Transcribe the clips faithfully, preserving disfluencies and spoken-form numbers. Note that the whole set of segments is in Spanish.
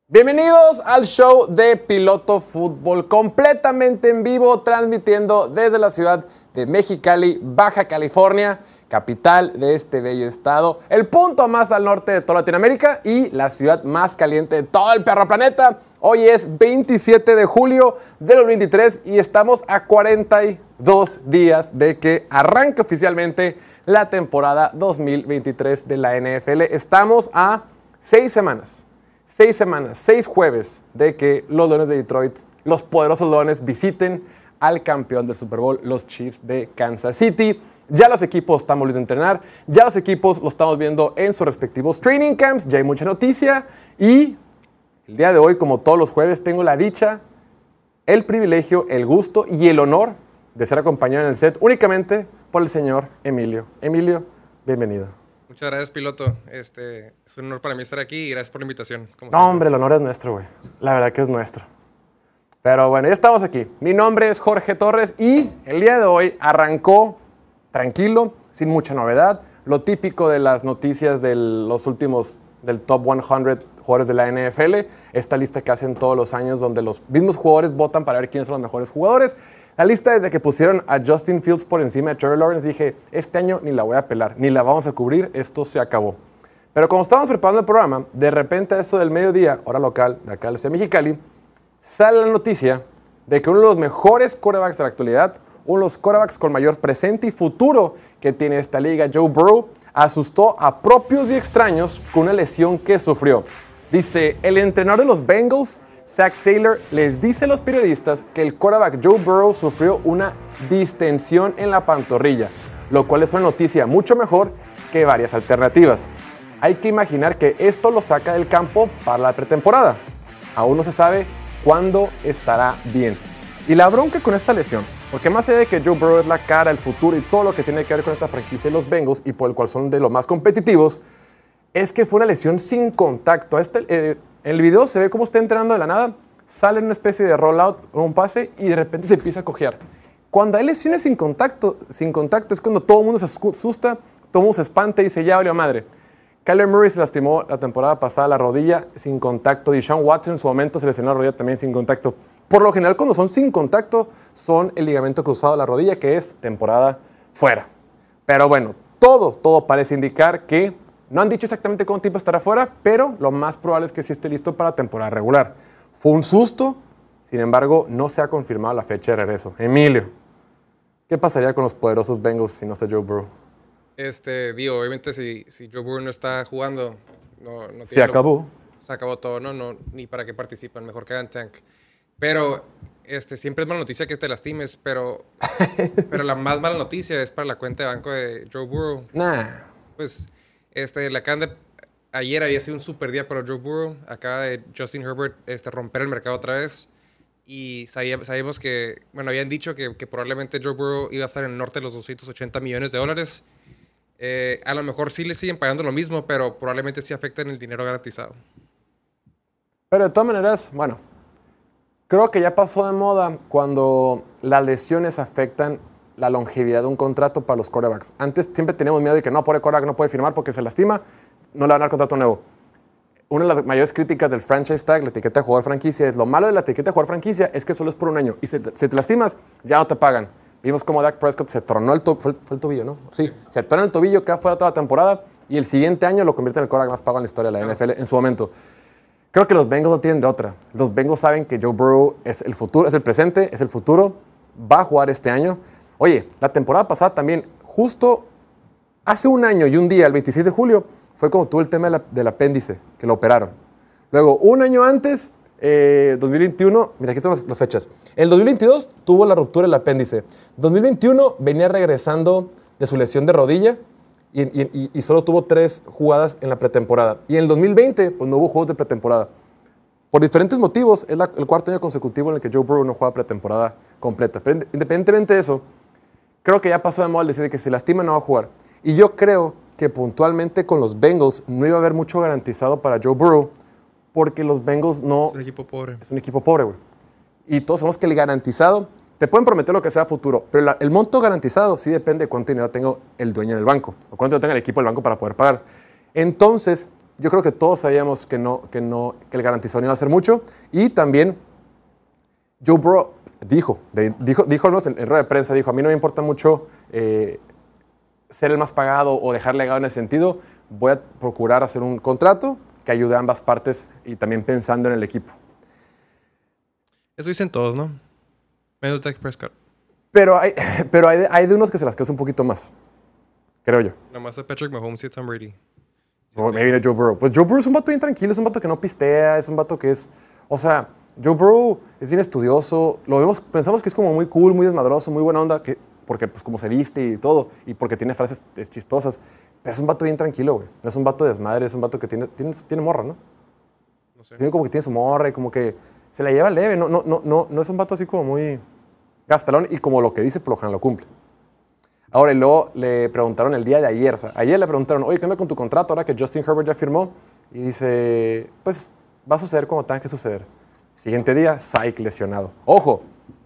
Bienvenidos al show de Piloto Fútbol, completamente en vivo, transmitiendo desde la ciudad de Mexicali, Baja California, capital de este bello estado, el punto más al norte de toda Latinoamérica y la ciudad más caliente de todo el perro planeta. Hoy es veintisiete de julio de dos mil veintitrés y estamos a cuarenta y dos días de que arranque oficialmente la temporada dos mil veintitrés de la N F L. Estamos a seis semanas. Seis semanas, seis jueves de que los Leones de Detroit, los poderosos Leones, visiten al campeón del Super Bowl, los Chiefs de Kansas City. Ya los equipos están volviendo a entrenar, ya los equipos lo estamos viendo en sus respectivos training camps, ya hay mucha noticia y el día de hoy, como todos los jueves, tengo la dicha, el privilegio, el gusto y el honor de ser acompañado en el set únicamente por el señor Emilio. Emilio, bienvenido. Muchas gracias, piloto. Este, es un honor para mí estar aquí y gracias por la invitación. No, hombre, el honor es nuestro, güey. La verdad que es nuestro. Pero bueno, ya estamos aquí. Mi nombre es Jorge Torres y el día de hoy arrancó tranquilo, sin mucha novedad. Lo típico de las noticias de los últimos, del top cien jugadores de la N F L. Esta lista que hacen todos los años donde los mismos jugadores votan para ver quiénes son los mejores jugadores. La lista desde que pusieron a Justin Fields por encima de Trevor Lawrence, dije, este año ni la voy a pelar, ni la vamos a cubrir, esto se acabó. Pero como estábamos preparando el programa, de repente a eso del mediodía, hora local, de acá de la ciudad de Mexicali, sale la noticia de que uno de los mejores quarterbacks de la actualidad, uno de los quarterbacks con mayor presente y futuro que tiene esta liga, Joe Burrow, asustó a propios y extraños con una lesión que sufrió. Dice, el entrenador de los Bengals, Zac Taylor, les dice a los periodistas que el quarterback Joe Burrow sufrió una distensión en la pantorrilla, lo cual es una noticia mucho mejor que varias alternativas. Hay que imaginar que esto lo saca del campo para la pretemporada. Aún no se sabe cuándo estará bien. Y la bronca con esta lesión, porque más allá de que Joe Burrow es la cara, el futuro y todo lo que tiene que ver con esta franquicia de los Bengals y por el cual son de los más competitivos, es que fue una lesión sin contacto. Este, eh, en el video se ve cómo está entrenando de la nada, sale en una especie de rollout o un pase y de repente se empieza a cojear. Cuando hay lesiones sin contacto, sin contacto es cuando todo el mundo se asusta, todo el mundo se espanta y dice, ya valió madre. Kyler Murray se lastimó la temporada pasada la rodilla sin contacto. Deshaun Watson en su momento se lesionó la rodilla también sin contacto. Por lo general, cuando son sin contacto, son el ligamento cruzado de la rodilla, que es temporada fuera. Pero bueno, todo, todo parece indicar que no han dicho exactamente cuánto tiempo estará fuera, pero lo más probable es que sí esté listo para temporada regular. Fue un susto, sin embargo, no se ha confirmado la fecha de regreso. Emilio, ¿qué pasaría con los poderosos Bengals si no está Joe Burrow? Este, digo, obviamente si, si Joe Burrow no está jugando, no, no se acabó. Lo, se acabó todo, no, no, ni para qué participan, mejor que hagan tank. Pero este, siempre es mala noticia que te lastimes, pero, pero la más mala noticia es para la cuenta de banco de Joe Burrow. Nah. Pues, este, la acaban de, ayer había sido un super día para Joe Burrow, acaba de Justin Herbert este, romper el mercado otra vez. Y sabíamos, sabíamos que, bueno, habían dicho que, que probablemente Joe Burrow iba a estar en el norte de los doscientos ochenta millones de dólares. Eh, a lo mejor sí le siguen pagando lo mismo, pero probablemente sí afecten el dinero garantizado. Pero de todas maneras, bueno, creo que ya pasó de moda cuando las lesiones afectan la longevidad de un contrato para los quarterbacks. Antes siempre teníamos miedo de que no, pobre quarterback no puede firmar porque se lastima, no le van a dar contrato nuevo. Una de las mayores críticas del franchise tag, la etiqueta de jugador franquicia, es lo malo de la etiqueta de jugador franquicia es que solo es por un año. Y si te, si te lastimas, ya no te pagan. Vimos cómo Dak Prescott se tronó el tobillo, fue, fue el tobillo, ¿no? Sí, se tronó el tobillo, queda fuera toda la temporada y el siguiente año lo convierte en el quarterback más pagado en la historia de la N F L en su momento. Creo que los Bengals no tienen de otra. Los Bengals saben que Joe Burrow es el futuro, es el presente, es el futuro, va a jugar este año. Oye, la temporada pasada también, justo hace un año y un día, el veintiséis de julio, fue como tuvo el tema de la, del apéndice, que lo operaron. Luego, un año antes, eh, dos mil veintiuno, mira, aquí están las fechas. El dos mil veintidós tuvo la ruptura del apéndice. dos mil veintiuno venía regresando de su lesión de rodilla y, y, y solo tuvo tres jugadas en la pretemporada. Y en el dos mil veinte, pues no hubo juegos de pretemporada. Por diferentes motivos, es la, el cuarto año consecutivo en el que Joe Burrow no juega pretemporada completa. Pero independientemente de eso, creo que ya pasó de moda el decir que si lastima no va a jugar. Y yo creo que puntualmente con los Bengals no iba a haber mucho garantizado para Joe Burrow porque los Bengals no... Es un equipo pobre. Es un equipo pobre, güey. Y todos sabemos que el garantizado, te pueden prometer lo que sea futuro, pero la, el monto garantizado sí depende de cuánto dinero tenga el dueño en el banco o cuánto tenga el equipo del banco para poder pagar. Entonces, yo creo que todos sabíamos que, no, que, no, que el garantizado no iba a hacer mucho. Y también Joe Burrow dijo, de, dijo, dijo en, en rueda de prensa, dijo, a mí no me importa mucho eh, ser el más pagado o dejar legado en ese sentido. Voy a procurar hacer un contrato que ayude a ambas partes y también pensando en el equipo. Eso dicen todos, ¿no? Menos Dak Prescott. Pero, hay, pero hay, de, hay de unos que se las crece un poquito más, creo yo. Nomás de Patrick Mahomes y Tom Brady. O me viene Joe Burrow. Pues Joe Burrow es un vato bien tranquilo, es un vato que no pistea, es un vato que es... O sea, Joe Burrow es bien estudioso, lo vemos, pensamos que es como muy cool, muy desmadroso, muy buena onda, que, porque pues como se viste y todo, y porque tiene frases chistosas. Pero es un vato bien tranquilo, güey. No es un vato de desmadre, es un vato que tiene, tiene, tiene morra, ¿no? No sé. Tiene como que tiene su morra y como que se la lleva leve. No, no, no, no, no es un vato así como muy gastalón y como lo que dice, por lo general lo cumple. Ahora, y luego le preguntaron el día de ayer, o sea, ayer le preguntaron, oye, ¿qué onda con tu contrato ahora que Justin Herbert ya firmó? Y dice, pues va a suceder como tenga que suceder. Siguiente día, psych, lesionado. Ojo,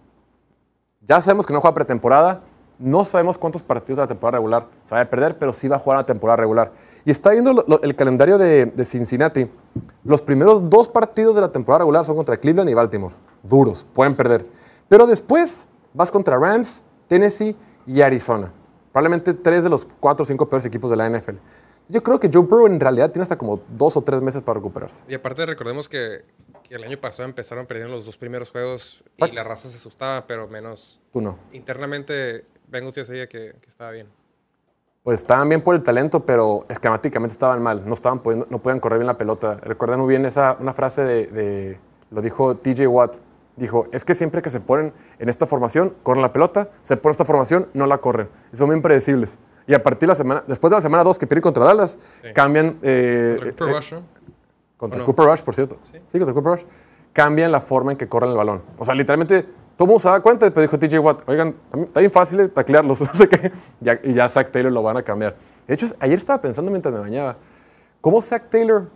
ya sabemos que no juega pretemporada, no sabemos cuántos partidos de la temporada regular se va a perder, pero sí va a jugar la temporada regular. Y está viendo lo, lo, el calendario de, de Cincinnati. Los primeros dos partidos de la temporada regular son contra Cleveland y Baltimore. Duros, pueden perder. Pero después vas contra Rams, Tennessee y Arizona. Probablemente tres de los cuatro o cinco peores equipos de la N F L. Yo creo que Joe Burrow en realidad tiene hasta como dos o tres meses para recuperarse. Y aparte recordemos que, que el año pasado empezaron perdiendo los dos primeros juegos. Exacto. Y la raza se asustaba, pero menos... Tú no. Internamente, Bengals ya sabía que, que estaba bien. Pues estaban bien por el talento, pero esquemáticamente estaban mal. No, estaban pudiendo, no podían correr bien la pelota. Recuerdan muy bien esa, una frase de, de... Lo dijo T J Watt. Dijo, es que siempre que se ponen en esta formación, corren la pelota, se ponen en esta formación, no la corren. Y son bien predecibles. Y a partir de la semana, después de la semana dos que pierden contra Dallas, sí. cambian... Eh, contra Cooper eh, Rush, ¿no? Contra no? Cooper Rush, por cierto. ¿Sí? sí, contra Cooper Rush. Cambian la forma en que corren el balón. O sea, literalmente, todo el mundo se da cuenta, pero dijo T J Watt, oigan, está bien fácil taclearlos, no sé qué. Ya, y ya Zach Taylor lo van a cambiar. De hecho, ayer estaba pensando mientras me bañaba, ¿cómo Zach Taylor...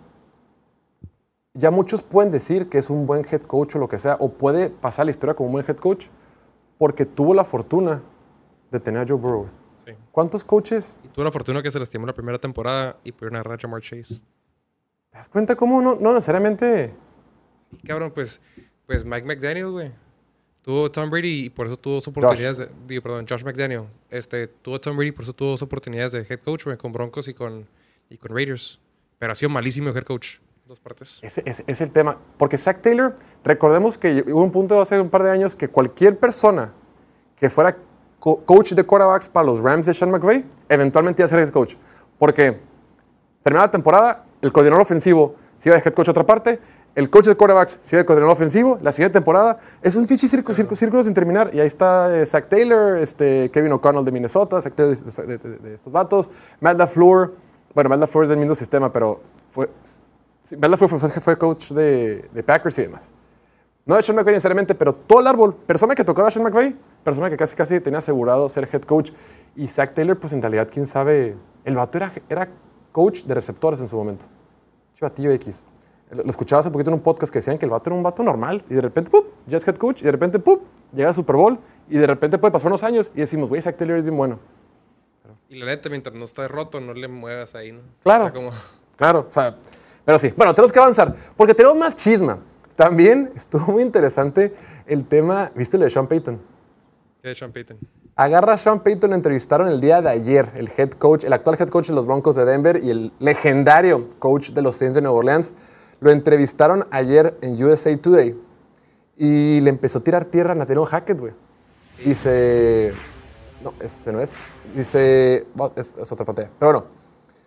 Ya muchos pueden decir que es un buen head coach o lo que sea, o puede pasar la historia como un buen head coach, porque tuvo la fortuna de tener a Joe Burrow. Sí. ¿Cuántos coaches? Y tuvo la fortuna que se lastimó la primera temporada y pudieron agarrar a Jamar Chase. ¿Te das cuenta cómo no, no necesariamente? Sí, cabrón, pues, pues Mike McDaniel, güey. Tuvo Tom Brady y por eso tuvo sus oportunidades de, digo, perdón, Josh McDaniel. Este, tuvo Tom Brady y por eso tuvo sus oportunidades de head coach, güey, con Broncos y con, y con Raiders. Pero ha sido malísimo head coach. Dos partes. Ese es, es el tema. Porque Zach Taylor, recordemos que hubo un punto hace un par de años que cualquier persona que fuera co coach de quarterbacks para los Rams de Sean McVay, eventualmente iba a ser head coach. Porque terminaba la temporada, el coordinador ofensivo se iba de head coach a otra parte, el coach de quarterbacks se iba de coordinador ofensivo, la siguiente temporada es un pinche círculo, círculo, círculo sin terminar. Y ahí está eh, Zach Taylor, este, Kevin O'Connell de Minnesota, Zach Taylor de, de, de, de estos vatos, Matt LaFleur. Bueno, Matt LaFleur es del mismo sistema, pero fue... Sí, Matt LaFleur fue, fue, fue coach de, de Packers y demás. No de Sean McVay necesariamente, pero todo el árbol. Persona que tocó a Sean McVay, persona que casi casi tenía asegurado ser head coach. Y Zach Taylor, pues en realidad, quién sabe, el vato era, era coach de receptores en su momento. Chivatillo X. Lo, lo escuchaba hace poquito en un podcast que decían que el vato era un vato normal y de repente, ¡pup!, ya es head coach y de repente, ¡pup!, llega a Super Bowl y de repente puede pasar unos años y decimos, güey, Zach Taylor es bien bueno. Pero... Y la neta, mientras no está roto, no le muevas ahí, ¿no? Claro, como... claro, o sea... Pero sí, bueno, tenemos que avanzar, porque tenemos más chisma. También estuvo muy interesante el tema, ¿viste lo de Sean Payton? ¿Qué de Sean Payton? Agarra a Sean Payton, lo entrevistaron el día de ayer, el head coach, el actual head coach de los Broncos de Denver y el legendario coach de los Saints de Nueva Orleans. Lo entrevistaron ayer en U S A Today y le empezó a tirar tierra a Nathaniel Hackett, güey. Sí. Dice, no, ese no es, dice, bueno, es, es otra pantalla, pero bueno.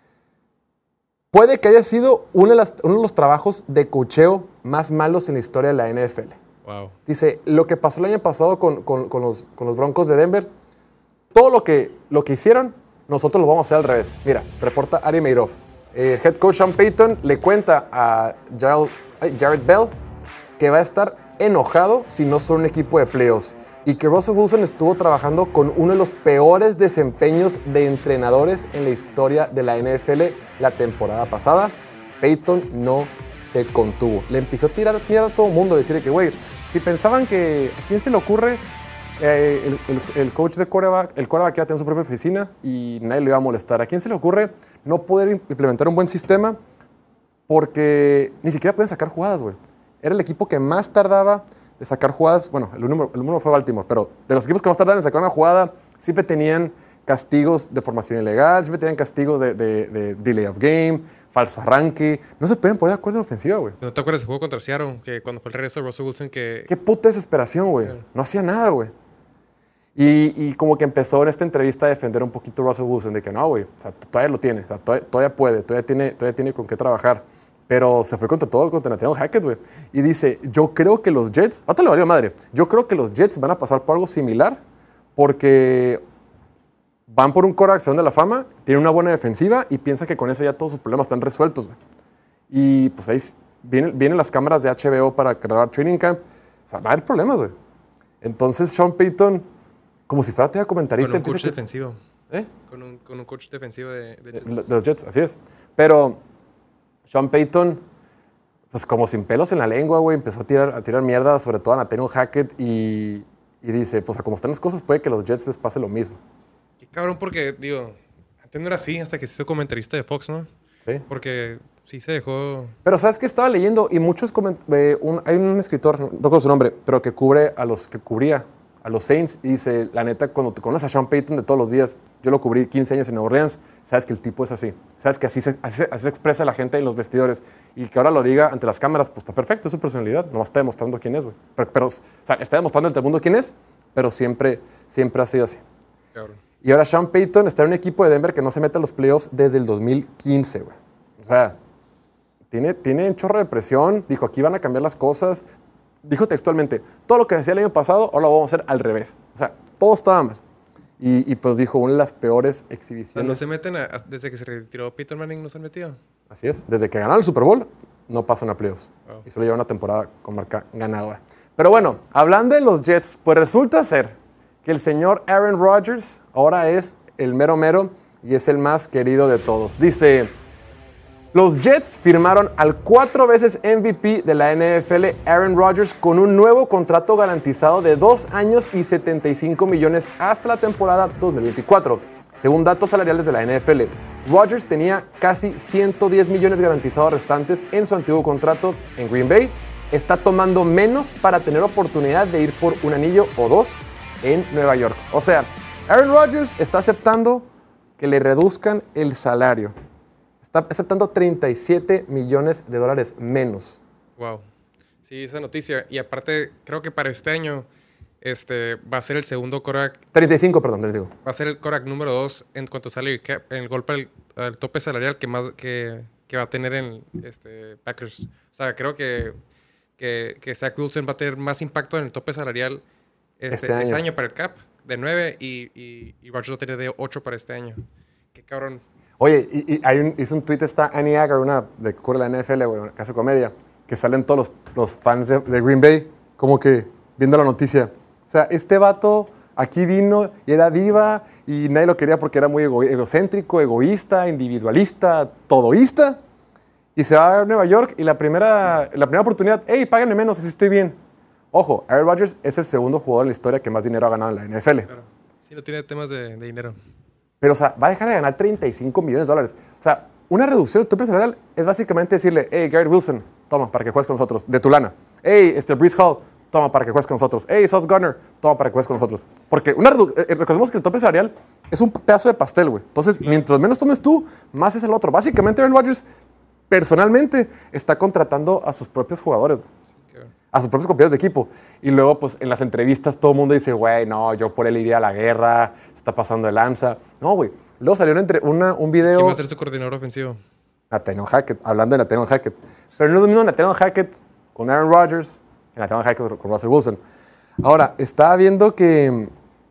Puede que haya sido uno de, las, uno de los trabajos de coacheo más malos en la historia de la N F L. Wow. Dice, lo que pasó el año pasado con, con, con, los, con los Broncos de Denver, todo lo que, lo que hicieron, nosotros lo vamos a hacer al revés. Mira, reporta Ari Meirov. El head coach Sean Payton le cuenta a Jared, Jared Bell que va a estar enojado si no son un equipo de playoffs. Y que Russell Wilson estuvo trabajando con uno de los peores desempeños de entrenadores en la historia de la N F L la temporada pasada. Payton no se contuvo. Le empezó a tirar miedo a todo el mundo, decirle que, güey, si pensaban que a quién se le ocurre, eh, el, el, el coach de quarterback, el quarterback iba a tener su propia oficina y nadie le iba a molestar. ¿A quién se le ocurre no poder implementar un buen sistema porque ni siquiera pueden sacar jugadas, güey. Era el equipo que más tardaba de sacar jugadas. Bueno, el número, el número fue Baltimore, pero de los equipos que más tardaban en sacar una jugada, siempre tenían castigos de formación ilegal, siempre tenían castigos de, de, de delay of game, falso arranque. No se pueden poner de acuerdo en ofensiva, güey. ¿No te acuerdas del juego contra Seattle? Que cuando fue el regreso de Russell Wilson que... Qué puta desesperación, güey. No hacía nada, güey. Y, y como que empezó en esta entrevista a defender un poquito a Russell Wilson, de que no, güey, o sea, todavía lo tiene, o sea, todavía, todavía puede, todavía tiene, todavía tiene con qué trabajar. Pero se fue contra todo, contra Nathaniel Hackett, güey. Y dice, yo creo que los Jets, ahorita le valió madre, yo creo que los Jets van a pasar por algo similar porque van por un quarterback salón de la fama, tienen una buena defensiva y piensan que con eso ya todos sus problemas están resueltos, güey. Y pues ahí vienen, vienen las cámaras de H B O para grabar Training Camp. O sea, va a haber problemas, güey. Entonces Sean Payton, como si fuera todavía comentarista... Con un coach que, defensivo. ¿Eh? Con un, con un coach defensivo de, de, Jets. de, de los Jets, así es. Pero Sean Payton, pues como sin pelos en la lengua, güey, empezó a tirar, a tirar mierda, sobre todo a Nathaniel Hackett, y, y dice, pues a como están las cosas, puede que a los Jets les pase lo mismo. Qué cabrón, porque, digo, antes no era así hasta que se hizo comentarista de Fox, ¿no? Sí. Porque sí se dejó... Pero ¿sabes qué? Estaba leyendo y muchos coment eh, un, hay un escritor, no recuerdo su nombre, pero que cubre a los que cubría a los Saints y dice, la neta, cuando te conoces a Sean Payton de todos los días, yo lo cubrí quince años en Nueva Orleans, sabes que el tipo es así, sabes que así se, así, se, así se expresa la gente en los vestidores y que ahora lo diga ante las cámaras, pues está perfecto, es su personalidad, nomás está demostrando quién es, güey. Pero, pero, o sea, está demostrando ante el mundo quién es, pero siempre, siempre ha sido así. Cabrón. Y ahora Sean Payton está en un equipo de Denver que no se mete a los playoffs desde el dos mil quince, güey. O sea, tiene, tiene un chorro de presión, dijo, aquí van a cambiar las cosas. Dijo textualmente, todo lo que decía el año pasado, ahora lo vamos a hacer al revés. O sea, todo estaba mal. Y, y pues dijo, una de las peores exhibiciones. ¿No se meten a, a, desde que se retiró Peyton Manning, no se han metido? Así es. Desde que ganaron el Super Bowl, no pasan a playoffs. Wow. Y solo lleva una temporada con marca ganadora. Pero bueno, hablando de los Jets, pues resulta ser que el señor Aaron Rodgers ahora es el mero mero y es el más querido de todos. Dice... Los Jets firmaron al cuatro veces M V P de la N F L, Aaron Rodgers, con un nuevo contrato garantizado de dos años y setenta y cinco millones hasta la temporada dos mil veinticuatro. Según datos salariales de la N F L, Rodgers tenía casi ciento diez millones garantizados restantes en su antiguo contrato en Green Bay. Está tomando menos para tener oportunidad de ir por un anillo o dos en Nueva York. O sea, Aaron Rodgers está aceptando que le reduzcan el salario. Está aceptando treinta y siete millones de dólares menos. Wow. Sí, esa noticia. Y aparte, creo que para este año este, va a ser el segundo quarterback. treinta y cinco, perdón, les digo. Va a ser el quarterback número dos en cuanto a salary cap, en el golpe al, al tope salarial que, más, que, que va a tener en este, Packers. O sea, creo que, que, que Zach Wilson va a tener más impacto en el tope salarial este, este, año. este año para el cap de nueve y, y, y Rodgers va a tener de ocho para este año. Qué cabrón. Oye, y, y hay un, hizo un tweet, está Annie Agar, una de que cubre la N F L, güey, que hace comedia, que salen todos los, los fans de, de Green Bay, como que viendo la noticia. O sea, este vato aquí vino y era diva y nadie lo quería porque era muy ego, egocéntrico, egoísta, individualista, todoísta. Y se va a Nueva York y la primera, la primera oportunidad, hey, páganme menos, así estoy bien. Ojo, Aaron Rodgers es el segundo jugador en la historia que más dinero ha ganado en la N F L. Claro. Sí, no tiene temas de, de dinero. Pero, o sea, va a dejar de ganar treinta y cinco millones de dólares. O sea, una reducción del tope salarial es básicamente decirle, hey, Garrett Wilson, toma, para que juegues con nosotros, de tu lana. Hey, este, Breece Hall, toma, para que juegues con nosotros. Hey, Sauce Gardner, toma, para que juegues con nosotros. Porque una redu eh, recordemos que el tope salarial es un pedazo de pastel, güey. Entonces, mientras menos tomes tú, más es el otro. Básicamente, Aaron Rodgers, personalmente, está contratando a sus propios jugadores, a sus propios compañeros de equipo. Y luego, pues, en las entrevistas todo el mundo dice, güey, no, yo por él iría a la guerra, se está pasando de lanza. No, güey. Luego salió entre una, un video... ¿Quién va a ser su coordinador ofensivo? Nathaniel Hackett, hablando de Nathaniel Hackett. Pero no es lo mismo Nathaniel Hackett con Aaron Rodgers que Nathaniel Hackett con Russell Wilson. Ahora, estaba viendo que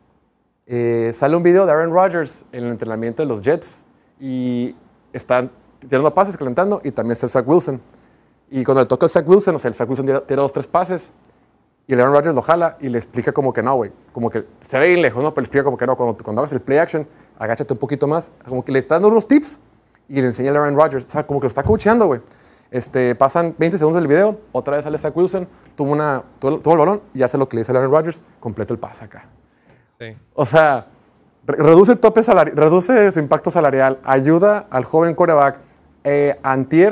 eh, sale un video de Aaron Rodgers en el entrenamiento de los Jets y están tirando pases, calentando, y también está el Zach Wilson. Y cuando le toca el Zach Wilson, o sea, el Zach Wilson tira, tira dos, tres pases, y el Aaron Rodgers lo jala y le explica como que no, güey. Como que se ve bien lejos, ¿no? Pero le explica como que no. Cuando, cuando hagas el play action, agáchate un poquito más. Como que le está dando unos tips y le enseña a Aaron Rodgers. O sea, como que lo está coacheando, güey. Este, pasan veinte segundos del video, otra vez sale Zach Wilson, toma, una, toma el balón y hace lo que le dice a Aaron Rodgers, completa el pase acá. Sí. O sea, re reduce el tope salarial, reduce su impacto salarial, ayuda al joven quarterback. Eh, antier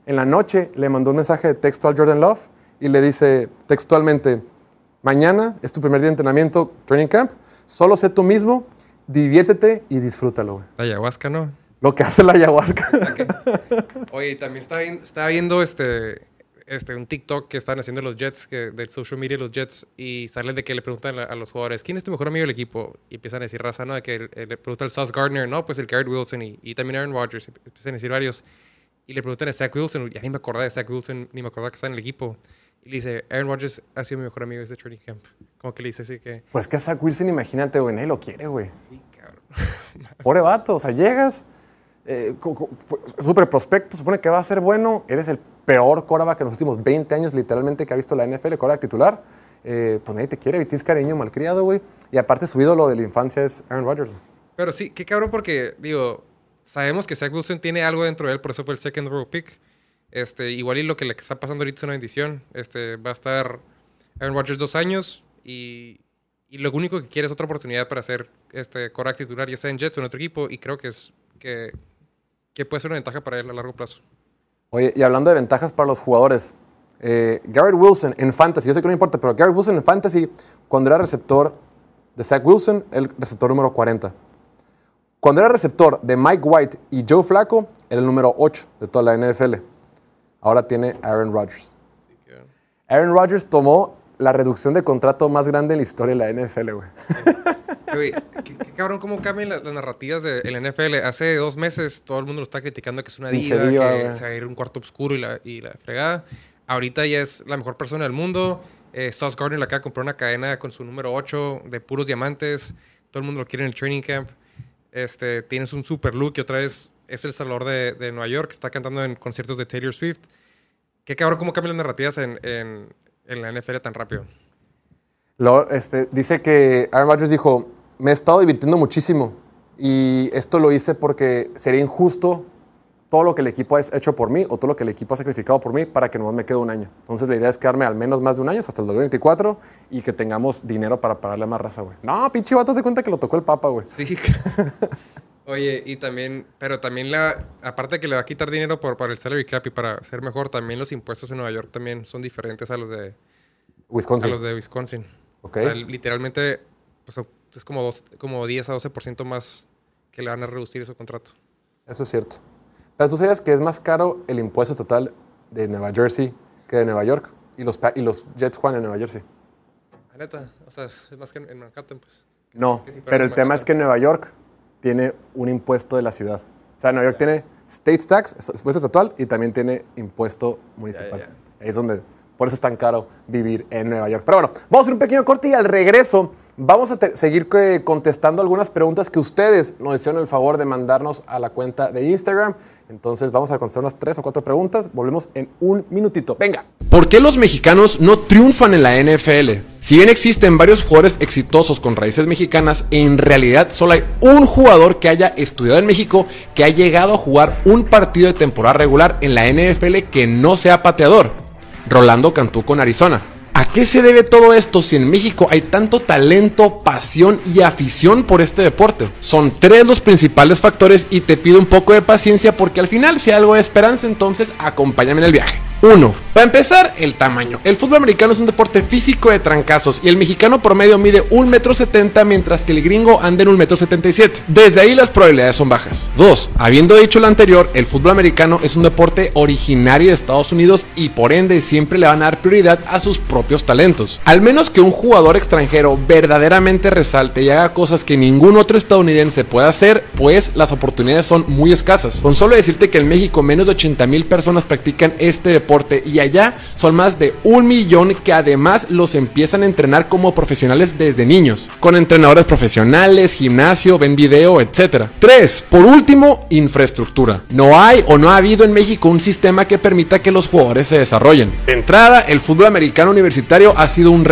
En la noche le mandó un mensaje de texto al Jordan Love y le dice textualmente, mañana es tu primer día de entrenamiento, training camp, solo sé tú mismo, diviértete y disfrútalo, güey. La ayahuasca, ¿no? Lo que hace la ayahuasca. Okay. Oye, también estaba viendo, estaba viendo este, este, un TikTok que están haciendo los Jets, que, del social media de los Jets, y salen de que le preguntan a, a los jugadores, ¿quién es tu mejor amigo del equipo? Y empiezan a decir raza, ¿no? De que eh, le pregunta el Sauce Gardner, no, pues el Garrett Wilson y, y también Aaron Rodgers. Y empiezan a decir varios. Y le preguntan a Zach Wilson, ya ni me acordaba de Zach Wilson, ni me acordaba que está en el equipo. Y le dice, Aaron Rodgers ha sido mi mejor amigo desde training camp. Como que le dice así que... Pues que a Zach Wilson, imagínate, güey, nadie lo quiere, güey. Sí, cabrón. Pobre vato, o sea, llegas, eh, súper prospecto, supone que va a ser bueno, eres el peor quarterback en los últimos veinte años, literalmente, que ha visto la N F L, quarterback titular. Eh, pues nadie te quiere, tienes cariño malcriado, güey. Y aparte su ídolo de la infancia es Aaron Rodgers. Pero sí, qué cabrón porque, digo, sabemos que Zach Wilson tiene algo dentro de él, por eso fue el second round pick. Este, igual y lo que le está pasando ahorita es una bendición. Este, va a estar Aaron Rodgers dos años y, y lo único que quiere es otra oportunidad para ser este, quarterback titular, ya sea en Jets o en otro equipo, y creo que, es, que, que puede ser una ventaja para él a largo plazo. Oye, y hablando de ventajas para los jugadores, eh, Garrett Wilson en Fantasy, yo sé que no me importa, pero Garrett Wilson en Fantasy, cuando era receptor de Zach Wilson, el receptor número cuarenta. Cuando era receptor de Mike White y Joe Flacco, era el número ocho de toda la N F L. Ahora tiene Aaron Rodgers. Sí, claro. Aaron Rodgers tomó la reducción de contrato más grande en la historia de la N F L, güey. Oye, qué, qué cabrón cómo cambian las, las narrativas de la N F L. Hace dos meses todo el mundo lo está criticando que es una diva, diva que wey. se va a ir a un cuarto oscuro y la, y la fregada. Ahorita ya es la mejor persona del mundo. Eh, Sauce Gardner le acaba de comprar una cadena con su número ocho de puros diamantes. Todo el mundo lo quiere en el training camp. Este, tienes un super look y otra vez es el salvador de, de Nueva York. Está cantando en conciertos de Taylor Swift. Qué cabrón cómo cambian las narrativas en, en, en la N F L tan rápido. Lo, este, dice que Aaron Rodgers dijo, me he estado divirtiendo muchísimo y esto lo hice porque sería injusto todo lo que el equipo ha hecho por mí o todo lo que el equipo ha sacrificado por mí para que nomás me quede un año. Entonces la idea es quedarme al menos más de un año, hasta el dos mil veinticuatro, y que tengamos dinero para pagarle a más raza, güey. No, pinche vato, te cuenta que lo tocó el papa, güey. Sí. Oye, y también, pero también la, aparte de que le va a quitar dinero por, para el salary cap y para ser mejor, también los impuestos en Nueva York también son diferentes a los de Wisconsin. A los de Wisconsin. Okay. O sea, literalmente, pues, es como, dos, como diez a doce por ciento más que le van a reducir ese contrato. Eso es cierto. Pero tú sabías que es más caro el impuesto estatal de Nueva Jersey que de Nueva York, y los, y los Jets juegan en Nueva Jersey. ¿La neta? O sea, es más que en Manhattan, pues. No, si pero el Manhattan. Tema es que Nueva York tiene un impuesto de la ciudad. O sea, Nueva York yeah. tiene state tax, impuesto estatal, y también tiene impuesto municipal. Yeah, yeah. Ahí es donde, por eso es tan caro vivir en Nueva York. Pero bueno, vamos a hacer un pequeño corte y al regreso vamos a seguir eh, contestando algunas preguntas que ustedes nos hicieron el favor de mandarnos a la cuenta de Instagram. Entonces vamos a contestar unas tres o cuatro preguntas. Volvemos en un minutito. Venga. ¿Por qué los mexicanos no triunfan en la N F L? Si bien existen varios jugadores exitosos con raíces mexicanas, en realidad solo hay un jugador que haya estudiado en México que ha llegado a jugar un partido de temporada regular en la N F L que no sea pateador. Rolando Cantú con Arizona. ¿A qué se debe todo esto si en México hay tanto talento, pasión y afición por este deporte? Son tres los principales factores y te pido un poco de paciencia porque al final, si hay algo de esperanza, entonces acompáñame en el viaje. uno. Para empezar, el tamaño. El fútbol americano es un deporte físico de trancazos y el mexicano promedio mide un metro setenta mientras que el gringo anda en un metro setenta y siete. Desde ahí las probabilidades son bajas. dos. Habiendo dicho lo anterior, el fútbol americano es un deporte originario de Estados Unidos y por ende siempre le van a dar prioridad a sus propios talentos. Al menos que un jugador extranjero verdaderamente resalte y haga cosas que ningún otro estadounidense pueda hacer, pues las oportunidades son muy escasas. Con solo decirte que en México menos de ochenta mil personas practican este deporte y allá son más de un millón que además los empiezan a entrenar como profesionales desde niños, con entrenadores profesionales, gimnasio, ven video, etcétera. tres. Por último, infraestructura. No hay o no ha habido en México un sistema que permita que los jugadores se desarrollen. De entrada, el fútbol americano universitario ha sido un relajo.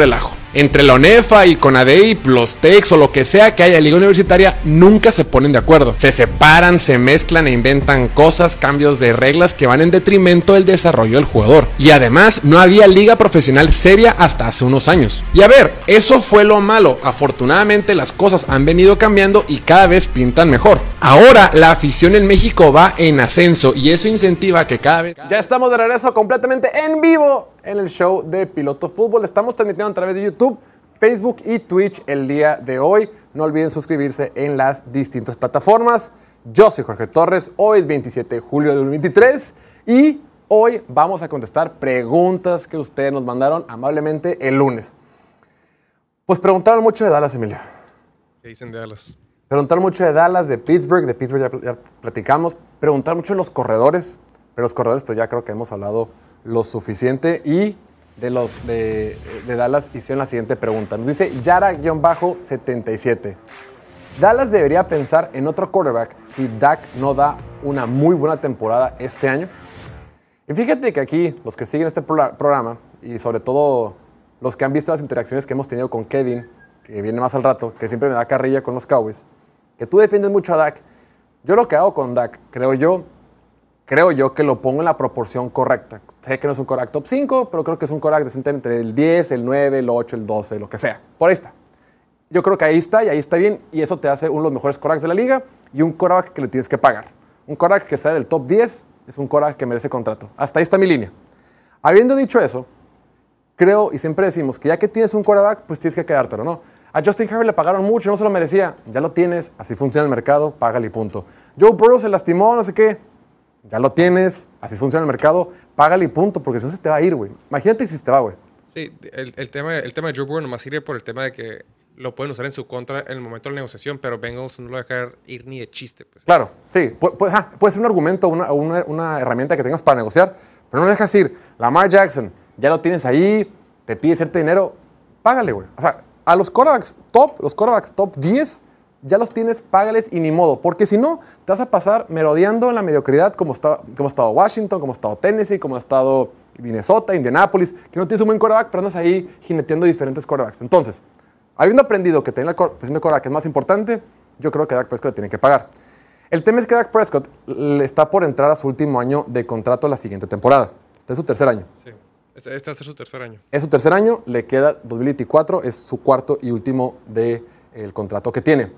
Entre la ONEFA y CONADEIP, los TECs o lo que sea que haya en liga universitaria, nunca se ponen de acuerdo. Se separan, se mezclan e inventan cosas, cambios de reglas que van en detrimento del desarrollo del jugador. Y además, no había liga profesional seria hasta hace unos años. Y a ver, eso fue lo malo. Afortunadamente las cosas han venido cambiando y cada vez pintan mejor. Ahora la afición en México va en ascenso y eso incentiva que cada vez... Ya estamos de regreso completamente en vivo en el show de Piloto Fútbol. Estamos transmitiendo a través de YouTube, Facebook y Twitch el día de hoy. No olviden suscribirse en las distintas plataformas. Yo soy Jorge Torres, hoy es veintisiete de julio de dos mil veintitrés y hoy vamos a contestar preguntas que ustedes nos mandaron amablemente el lunes. Pues preguntaron mucho de Dallas, Emilio. ¿Qué dicen de Dallas? Preguntaron mucho de Dallas, de Pittsburgh, de Pittsburgh ya, ya platicamos. Preguntaron mucho de los corredores, pero los corredores pues ya creo que hemos hablado lo suficiente. Y de los de, de Dallas hicieron la siguiente pregunta. Nos dice Yara-setenta y siete. Dallas debería pensar en otro quarterback si Dak no da una muy buena temporada este año. Y fíjate que aquí, los que siguen este pro programa, y sobre todo los que han visto las interacciones que hemos tenido con Kevin, que viene más al rato, que siempre me da carrilla con los Cowboys, que tú defiendes mucho a Dak. Yo lo que hago con Dak, creo yo, creo yo que lo pongo en la proporción correcta. Sé que no es un quarterback top cinco, pero creo que es un quarterback decente entre el diez, el nueve, el ocho, el doce, lo que sea. Por ahí está. Yo creo que ahí está y ahí está bien, y eso te hace uno de los mejores quarterbacks de la liga y un quarterback que le tienes que pagar. Un quarterback que sea del top diez es un quarterback que merece contrato. Hasta ahí está mi línea. Habiendo dicho eso, creo, y siempre decimos que ya que tienes un quarterback, pues tienes que quedártelo, ¿no? A Justin Herbert le pagaron mucho, no se lo merecía. Ya lo tienes, así funciona el mercado, págale y punto. Joe Burrow se lastimó, no sé qué. Ya lo tienes, así funciona el mercado, págale y punto, porque si no se te va a ir, güey. Imagínate si se te va, güey. Sí, el, el, tema, el tema de Joe Burrow nomás sirve por el tema de que lo pueden usar en su contra en el momento de la negociación, pero Bengals no lo va a dejar ir ni de chiste. Pues. Claro, sí. Pu pu ah, puede ser un argumento, una, una, una herramienta que tengas para negociar, pero no lo dejas ir. Lamar Jackson, ya lo tienes ahí, te pide cierto dinero, págale, güey. O sea, a los quarterbacks top, los quarterbacks top diez, ya los tienes, págales y ni modo. Porque si no, te vas a pasar merodeando en la mediocridad como, está, como ha estado Washington, como ha estado Tennessee, como ha estado Minnesota, Indianapolis, que no tienes un buen quarterback, pero andas ahí jineteando diferentes quarterbacks. Entonces, habiendo aprendido que tener la posición de quarterback es más importante, yo creo que Dak Prescott le tiene que pagar. El tema es que Dak Prescott le está por entrar a su último año de contrato la siguiente temporada. Este es su tercer año. Sí. Este, este va a ser su tercer año. Es su tercer año, le queda dos mil veinticuatro, es su cuarto y último del contrato que tiene.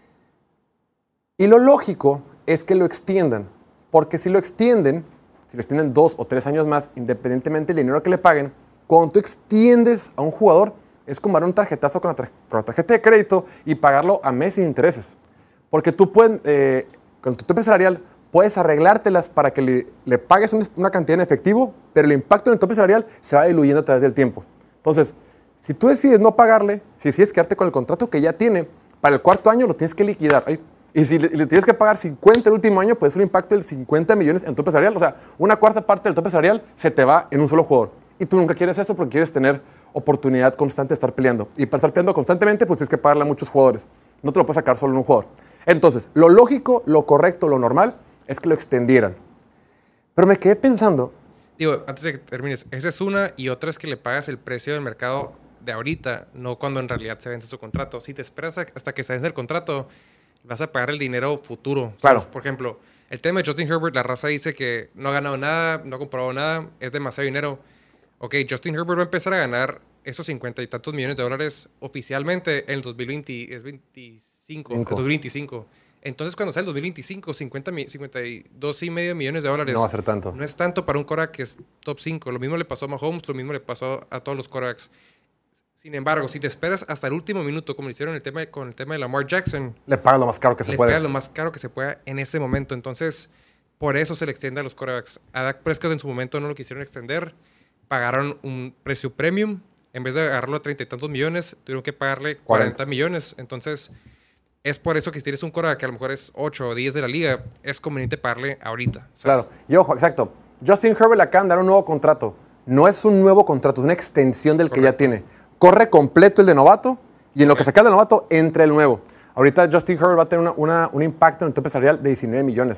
Y lo lógico es que lo extiendan, porque si lo extienden, si lo extienden dos o tres años más, independientemente del dinero que le paguen, cuando tú extiendes a un jugador, es como dar un tarjetazo con la, tar con la tarjeta de crédito y pagarlo a mes sin intereses. Porque tú puedes, eh, con tu tope salarial, puedes arreglártelas para que le, le pagues un, una cantidad en efectivo, pero el impacto en el tope salarial se va diluyendo a través del tiempo. Entonces, si tú decides no pagarle, si decides quedarte con el contrato que ya tiene, para el cuarto año lo tienes que liquidar. Ay, y si le, le tienes que pagar cincuenta el último año, pues es un impacto de cincuenta millones en tope salarial. O sea, una cuarta parte del tope salarial se te va en un solo jugador. Y tú nunca quieres eso porque quieres tener oportunidad constante de estar peleando. Y para estar peleando constantemente, pues tienes que pagarle a muchos jugadores. No te lo puedes sacar solo en un jugador. Entonces, lo lógico, lo correcto, lo normal es que lo extendieran. Pero me quedé pensando... Digo, antes de que termines, esa es una, y otra es que le pagas el precio del mercado de ahorita, no cuando en realidad se vence su contrato. Si te esperas hasta que se vence el contrato, vas a pagar el dinero futuro. Claro. O sea, por ejemplo, el tema de Justin Herbert, la raza dice que no ha ganado nada, no ha comprado nada, es demasiado dinero. Ok, Justin Herbert va a empezar a ganar esos cincuenta y tantos millones de dólares oficialmente en el dos mil veinte, es veinticinco, el dos mil veinticinco. Entonces, cuando sea el dos mil veinticinco, cincuenta, cincuenta y dos y medio millones de dólares. No va a ser tanto. No es tanto para un quarterback que es top cinco. Lo mismo le pasó a Mahomes, lo mismo le pasó a todos los quarterbacks. Sin embargo, si te esperas hasta el último minuto, como lo hicieron el tema, con el tema de Lamar Jackson, le pagas lo más caro que se le puede. Le pagas lo más caro que se pueda en ese momento. Entonces, por eso se le extiende a los quarterbacks. A Dak Prescott en su momento no lo quisieron extender. Pagaron un precio premium. En vez de agarrarlo a treinta y tantos millones, tuvieron que pagarle cuarenta millones. Entonces, es por eso que si tienes un quarterback que a lo mejor es ocho o diez de la liga, es conveniente pagarle ahorita. ¿Sabes? Claro. Y ojo, exacto. Justin Herbert le acaban de dar un nuevo contrato. No es un nuevo contrato, es una extensión del Correcto. que ya tiene. Corre completo el de novato y en lo okay. que se queda de novato, entra el nuevo. Ahorita Justin Herbert va a tener una, una, un impacto en el tope salarial de diecinueve millones.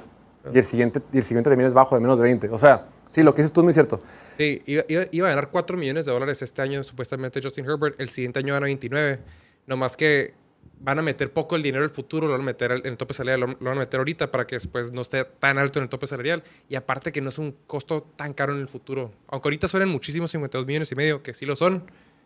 y el siguiente, y el siguiente también es bajo de menos de veinte. O sea, sí, lo que dices tú es muy cierto. Sí, iba, iba, iba a ganar cuatro millones de dólares este año, supuestamente Justin Herbert. El siguiente año gana veintinueve. Nomás que van a meter poco el dinero del futuro, lo van a meter en el tope salarial, lo, lo van a meter ahorita para que después no esté tan alto en el tope salarial. Y aparte que no es un costo tan caro en el futuro. Aunque ahorita suenen muchísimos cincuenta y dos millones y medio, que sí lo son.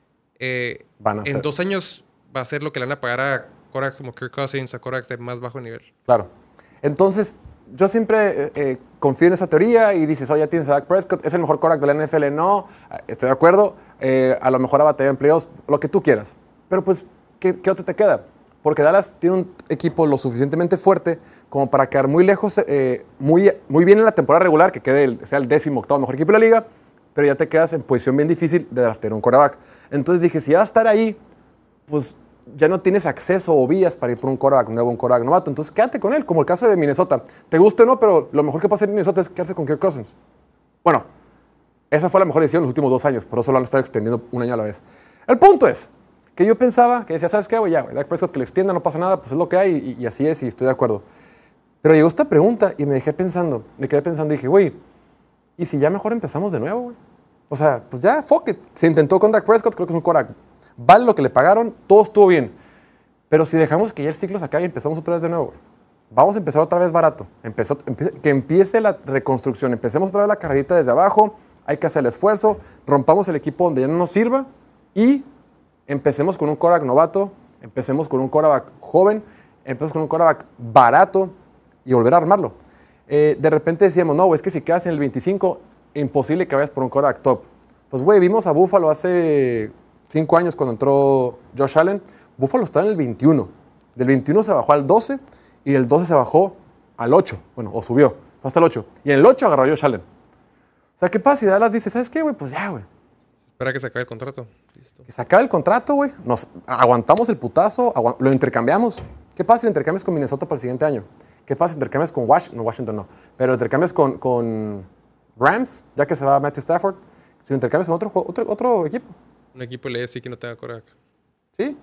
Eh, Van a en ser. dos años va a ser lo que le van a pagar a quarterbacks como Kirk Cousins, a quarterbacks de más bajo nivel. Claro. Entonces, yo siempre eh, eh, confío en esa teoría y dices, oye, ya tienes a Dak Prescott, es el mejor quarterback de la N F L. No, estoy de acuerdo. Eh, a lo mejor ha batallado en playoffs, lo que tú quieras. Pero pues, ¿qué, qué otro te queda? Porque Dallas tiene un equipo lo suficientemente fuerte como para quedar muy lejos, eh, muy, muy bien en la temporada regular, que quede el, sea el décimo octavo mejor equipo de la liga, pero ya te quedas en posición bien difícil de draftear un quarterback. Entonces dije, si ya va a estar ahí, pues ya no tienes acceso o vías para ir por un quarterback nuevo, un quarterback novato. Entonces quédate con él, como el caso de Minnesota. Te guste o no, pero lo mejor que puede hacer en Minnesota es quedarse con Kirk Cousins. Bueno, esa fue la mejor decisión en los últimos dos años, por eso lo han estado extendiendo un año a la vez. El punto es que yo pensaba, que decía, ¿sabes qué, güey? Ya, güey, Dak Prescott que le extienda, no pasa nada, pues es lo que hay y, y así es y estoy de acuerdo. Pero llegó esta pregunta y me dejé pensando, me quedé pensando y dije, güey, ¿y si ya mejor empezamos de nuevo, güey? O sea, pues ya, fuck it. Se intentó con Dak Prescott, creo que es un quarterback. Vale lo que le pagaron, todo estuvo bien. Pero si dejamos que ya el ciclo se acabe y empezamos otra vez de nuevo, güey. Vamos a empezar otra vez barato. Empezó, empie, que empiece la reconstrucción. Empecemos otra vez la carrerita desde abajo. Hay que hacer el esfuerzo. Rompamos el equipo donde ya no nos sirva. Y empecemos con un quarterback novato. Empecemos con un quarterback joven. Empecemos con un quarterback barato. Y volver a armarlo. Eh, de repente decíamos, no, es que si quedas en el veinticinco, imposible que vayas por un quarterback top. Pues, güey, vimos a Buffalo hace cinco años cuando entró Josh Allen. Buffalo estaba en el veintiuno. Del veintiuno se bajó al doce y del doce se bajó al ocho. Bueno, o subió, fue hasta el ocho. Y en el ocho agarró a Josh Allen. O sea, ¿qué pasa si Dallas dice, ¿sabes qué, güey? Pues ya, güey. Espera que se acabe el contrato. Listo. Que se acabe el contrato, güey. Nos aguantamos el putazo, agu lo intercambiamos. ¿Qué pasa si lo intercambias con Minnesota para el siguiente año? ¿Qué pasa si intercambias con Washington? No, Washington no. Pero intercambias con, con Rams, ya que se va Matthew Stafford. Si lo intercambias con otro, otro, otro equipo. Un equipo le sí que no tenga quarterback. Sí.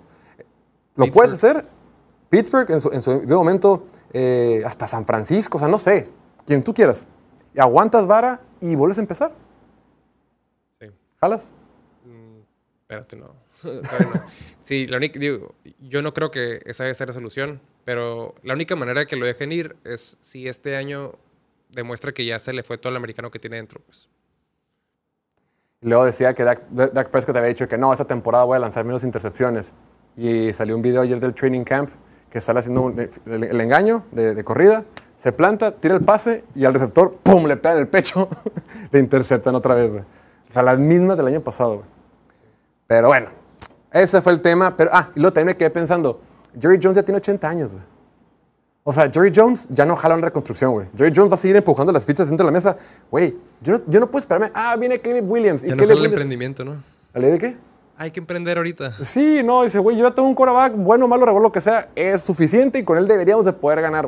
Lo Pittsburgh. puedes hacer. Pittsburgh, en su, en su debido momento, eh, hasta San Francisco, o sea, no sé, quien tú quieras. Y aguantas vara y vuelves a empezar. Sí. ¿Jalas? Mm, espérate, no. no. Sí, la única, digo, yo no creo que esa debe ser la solución, pero la única manera de que lo dejen ir es si este año demuestra que ya se le fue todo el americano que tiene dentro, pues. Y luego decía que Dak, Dak Prescott había dicho que no, esta temporada voy a lanzar menos intercepciones. Y salió un video ayer del training camp que sale haciendo un, el, el engaño de, de corrida, se planta, tira el pase y al receptor, ¡pum!, le pega en el pecho, le interceptan otra vez, güey. O sea, las mismas del año pasado, güey. Pero bueno, ese fue el tema. Pero, ah, y luego también me quedé pensando, Jerry Jones ya tiene ochenta años, güey. O sea, Jerry Jones ya no jala en reconstrucción, güey. Jerry Jones va a seguir empujando las fichas dentro de la mesa. Güey, yo no, yo no puedo esperarme. Ah, viene Caleb Williams. Ya ¿Y no Caleb jala el Williams? emprendimiento, ¿no? ¿La ley de qué? Hay que emprender ahorita. Sí, no, dice, güey, yo ya tengo un quarterback, bueno, malo, regular, lo que sea, es suficiente y con él deberíamos de poder ganar.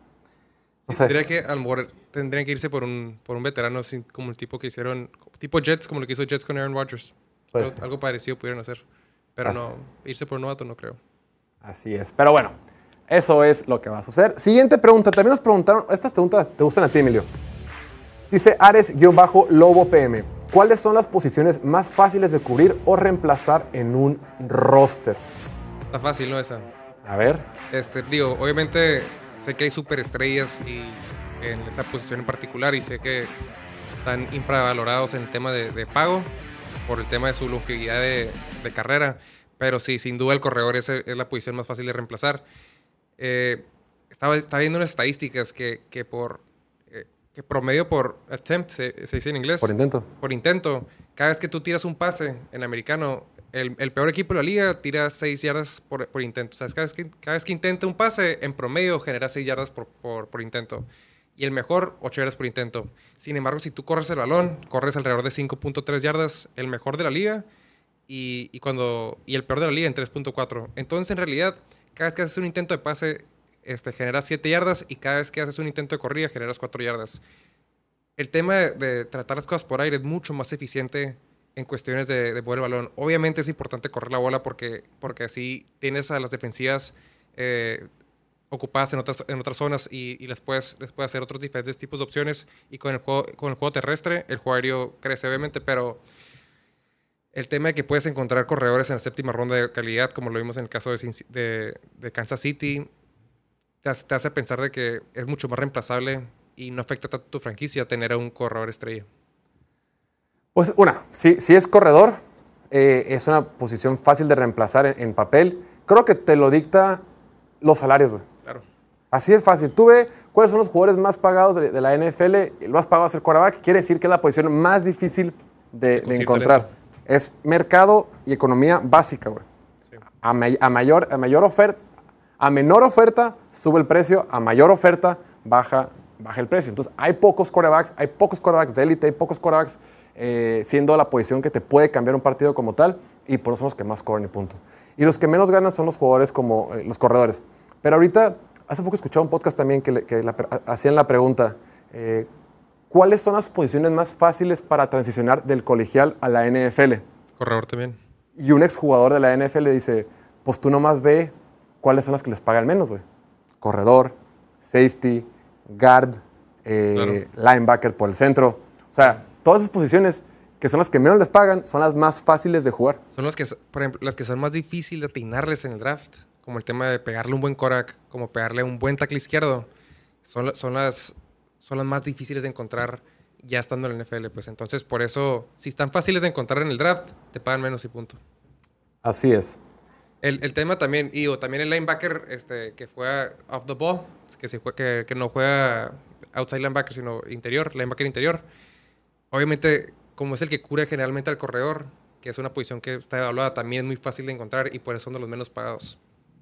O sea, tendría que, a lo mejor, tendrían que irse por un, por un veterano así, como el tipo que hicieron, tipo Jets, como lo que hizo Jets con Aaron Rodgers. Pues, algo, algo parecido pudieron hacer. Pero así. no, irse por un novato no creo. Así es, pero bueno, eso es lo que va a suceder. Siguiente pregunta, también nos preguntaron, estas preguntas te gustan a ti, Emilio. Dice Ares-Lobo P M. ¿Cuáles son las posiciones más fáciles de cubrir o reemplazar en un roster? Está fácil, ¿no? Esa. A ver. Este, digo, obviamente sé que hay superestrellas y en esa posición en particular y sé que están infravalorados en el tema de, de pago por el tema de su longevidad de, de carrera. Pero sí, sin duda el corredor es, es la posición más fácil de reemplazar. Eh, estaba, estaba viendo unas estadísticas que, que por... que promedio por attempt, se, se dice en inglés. Por intento. Por intento. Cada vez que tú tiras un pase en americano, el, el peor equipo de la liga tira seis yardas por, por intento. O sea, cada vez, que, cada vez que intenta un pase, en promedio genera seis yardas por, por, por intento. Y el mejor, ocho yardas por intento. Sin embargo, si tú corres el balón, corres alrededor de cinco punto tres yardas, el mejor de la liga, y, y, cuando, y el peor de la liga en tres punto cuatro. Entonces, en realidad, cada vez que haces un intento de pase, Este, generas siete yardas y cada vez que haces un intento de corrida generas cuatro yardas. El tema de, de tratar las cosas por aire es mucho más eficiente en cuestiones de, de mover el balón. Obviamente es importante correr la bola porque, porque así tienes a las defensivas eh, ocupadas en otras, en otras zonas y, y les, puedes, les puedes hacer otros diferentes tipos de opciones. Y con el juego, con el juego terrestre, el juego aéreo crece obviamente, pero el tema de que puedes encontrar corredores en la séptima ronda de calidad, como lo vimos en el caso de, de, de Kansas City, te hace, te hace pensar de que es mucho más reemplazable y no afecta tanto a tu franquicia tener a un corredor estrella. Pues una, si, si es corredor, eh, es una posición fácil de reemplazar en, en papel. Creo que te lo dicta los salarios, güey. Claro. Así es fácil. Tú ve cuáles son los jugadores más pagados de, de la N F L. El más pagado es el quarterback. Quiere decir que es la posición más difícil de, de encontrar. Talento. Es mercado y economía básica, güey. Sí. A, may, a, mayor, a mayor oferta, a menor oferta sube el precio, a mayor oferta baja, baja el precio. Entonces hay pocos quarterbacks, hay pocos quarterbacks de élite, hay pocos quarterbacks eh, siendo la posición que te puede cambiar un partido como tal, y por eso son los que más cobran y punto. Y los que menos ganan son los jugadores como eh, los corredores. Pero ahorita, hace poco escuchaba un podcast también que, le, que la, hacían la pregunta, eh, ¿cuáles son las posiciones más fáciles para transicionar del colegial a la N F L? Corredor también. Y un exjugador de la N F L dice, pues tú nomás ve cuáles son las que les pagan menos, güey. Corredor, safety, guard, eh, claro. linebacker por el centro. O sea, todas esas posiciones que son las que menos les pagan son las más fáciles de jugar. Son las que, por ejemplo, las que son más difíciles de atinarles en el draft, como el tema de pegarle un buen quarterback, como pegarle un buen tackle izquierdo. Son, son las... son las más difíciles de encontrar ya estando en la N F L. Pues entonces, por eso, si están fáciles de encontrar en el draft, te pagan menos y punto. Así es. El, el tema también, y o también el linebacker este, que juega off the ball, que, se, que, que no juega outside linebacker, sino interior, linebacker interior. Obviamente, como es el que cura generalmente al corredor, que es una posición que está evaluada, también es muy fácil de encontrar y por eso son de los menos pagados.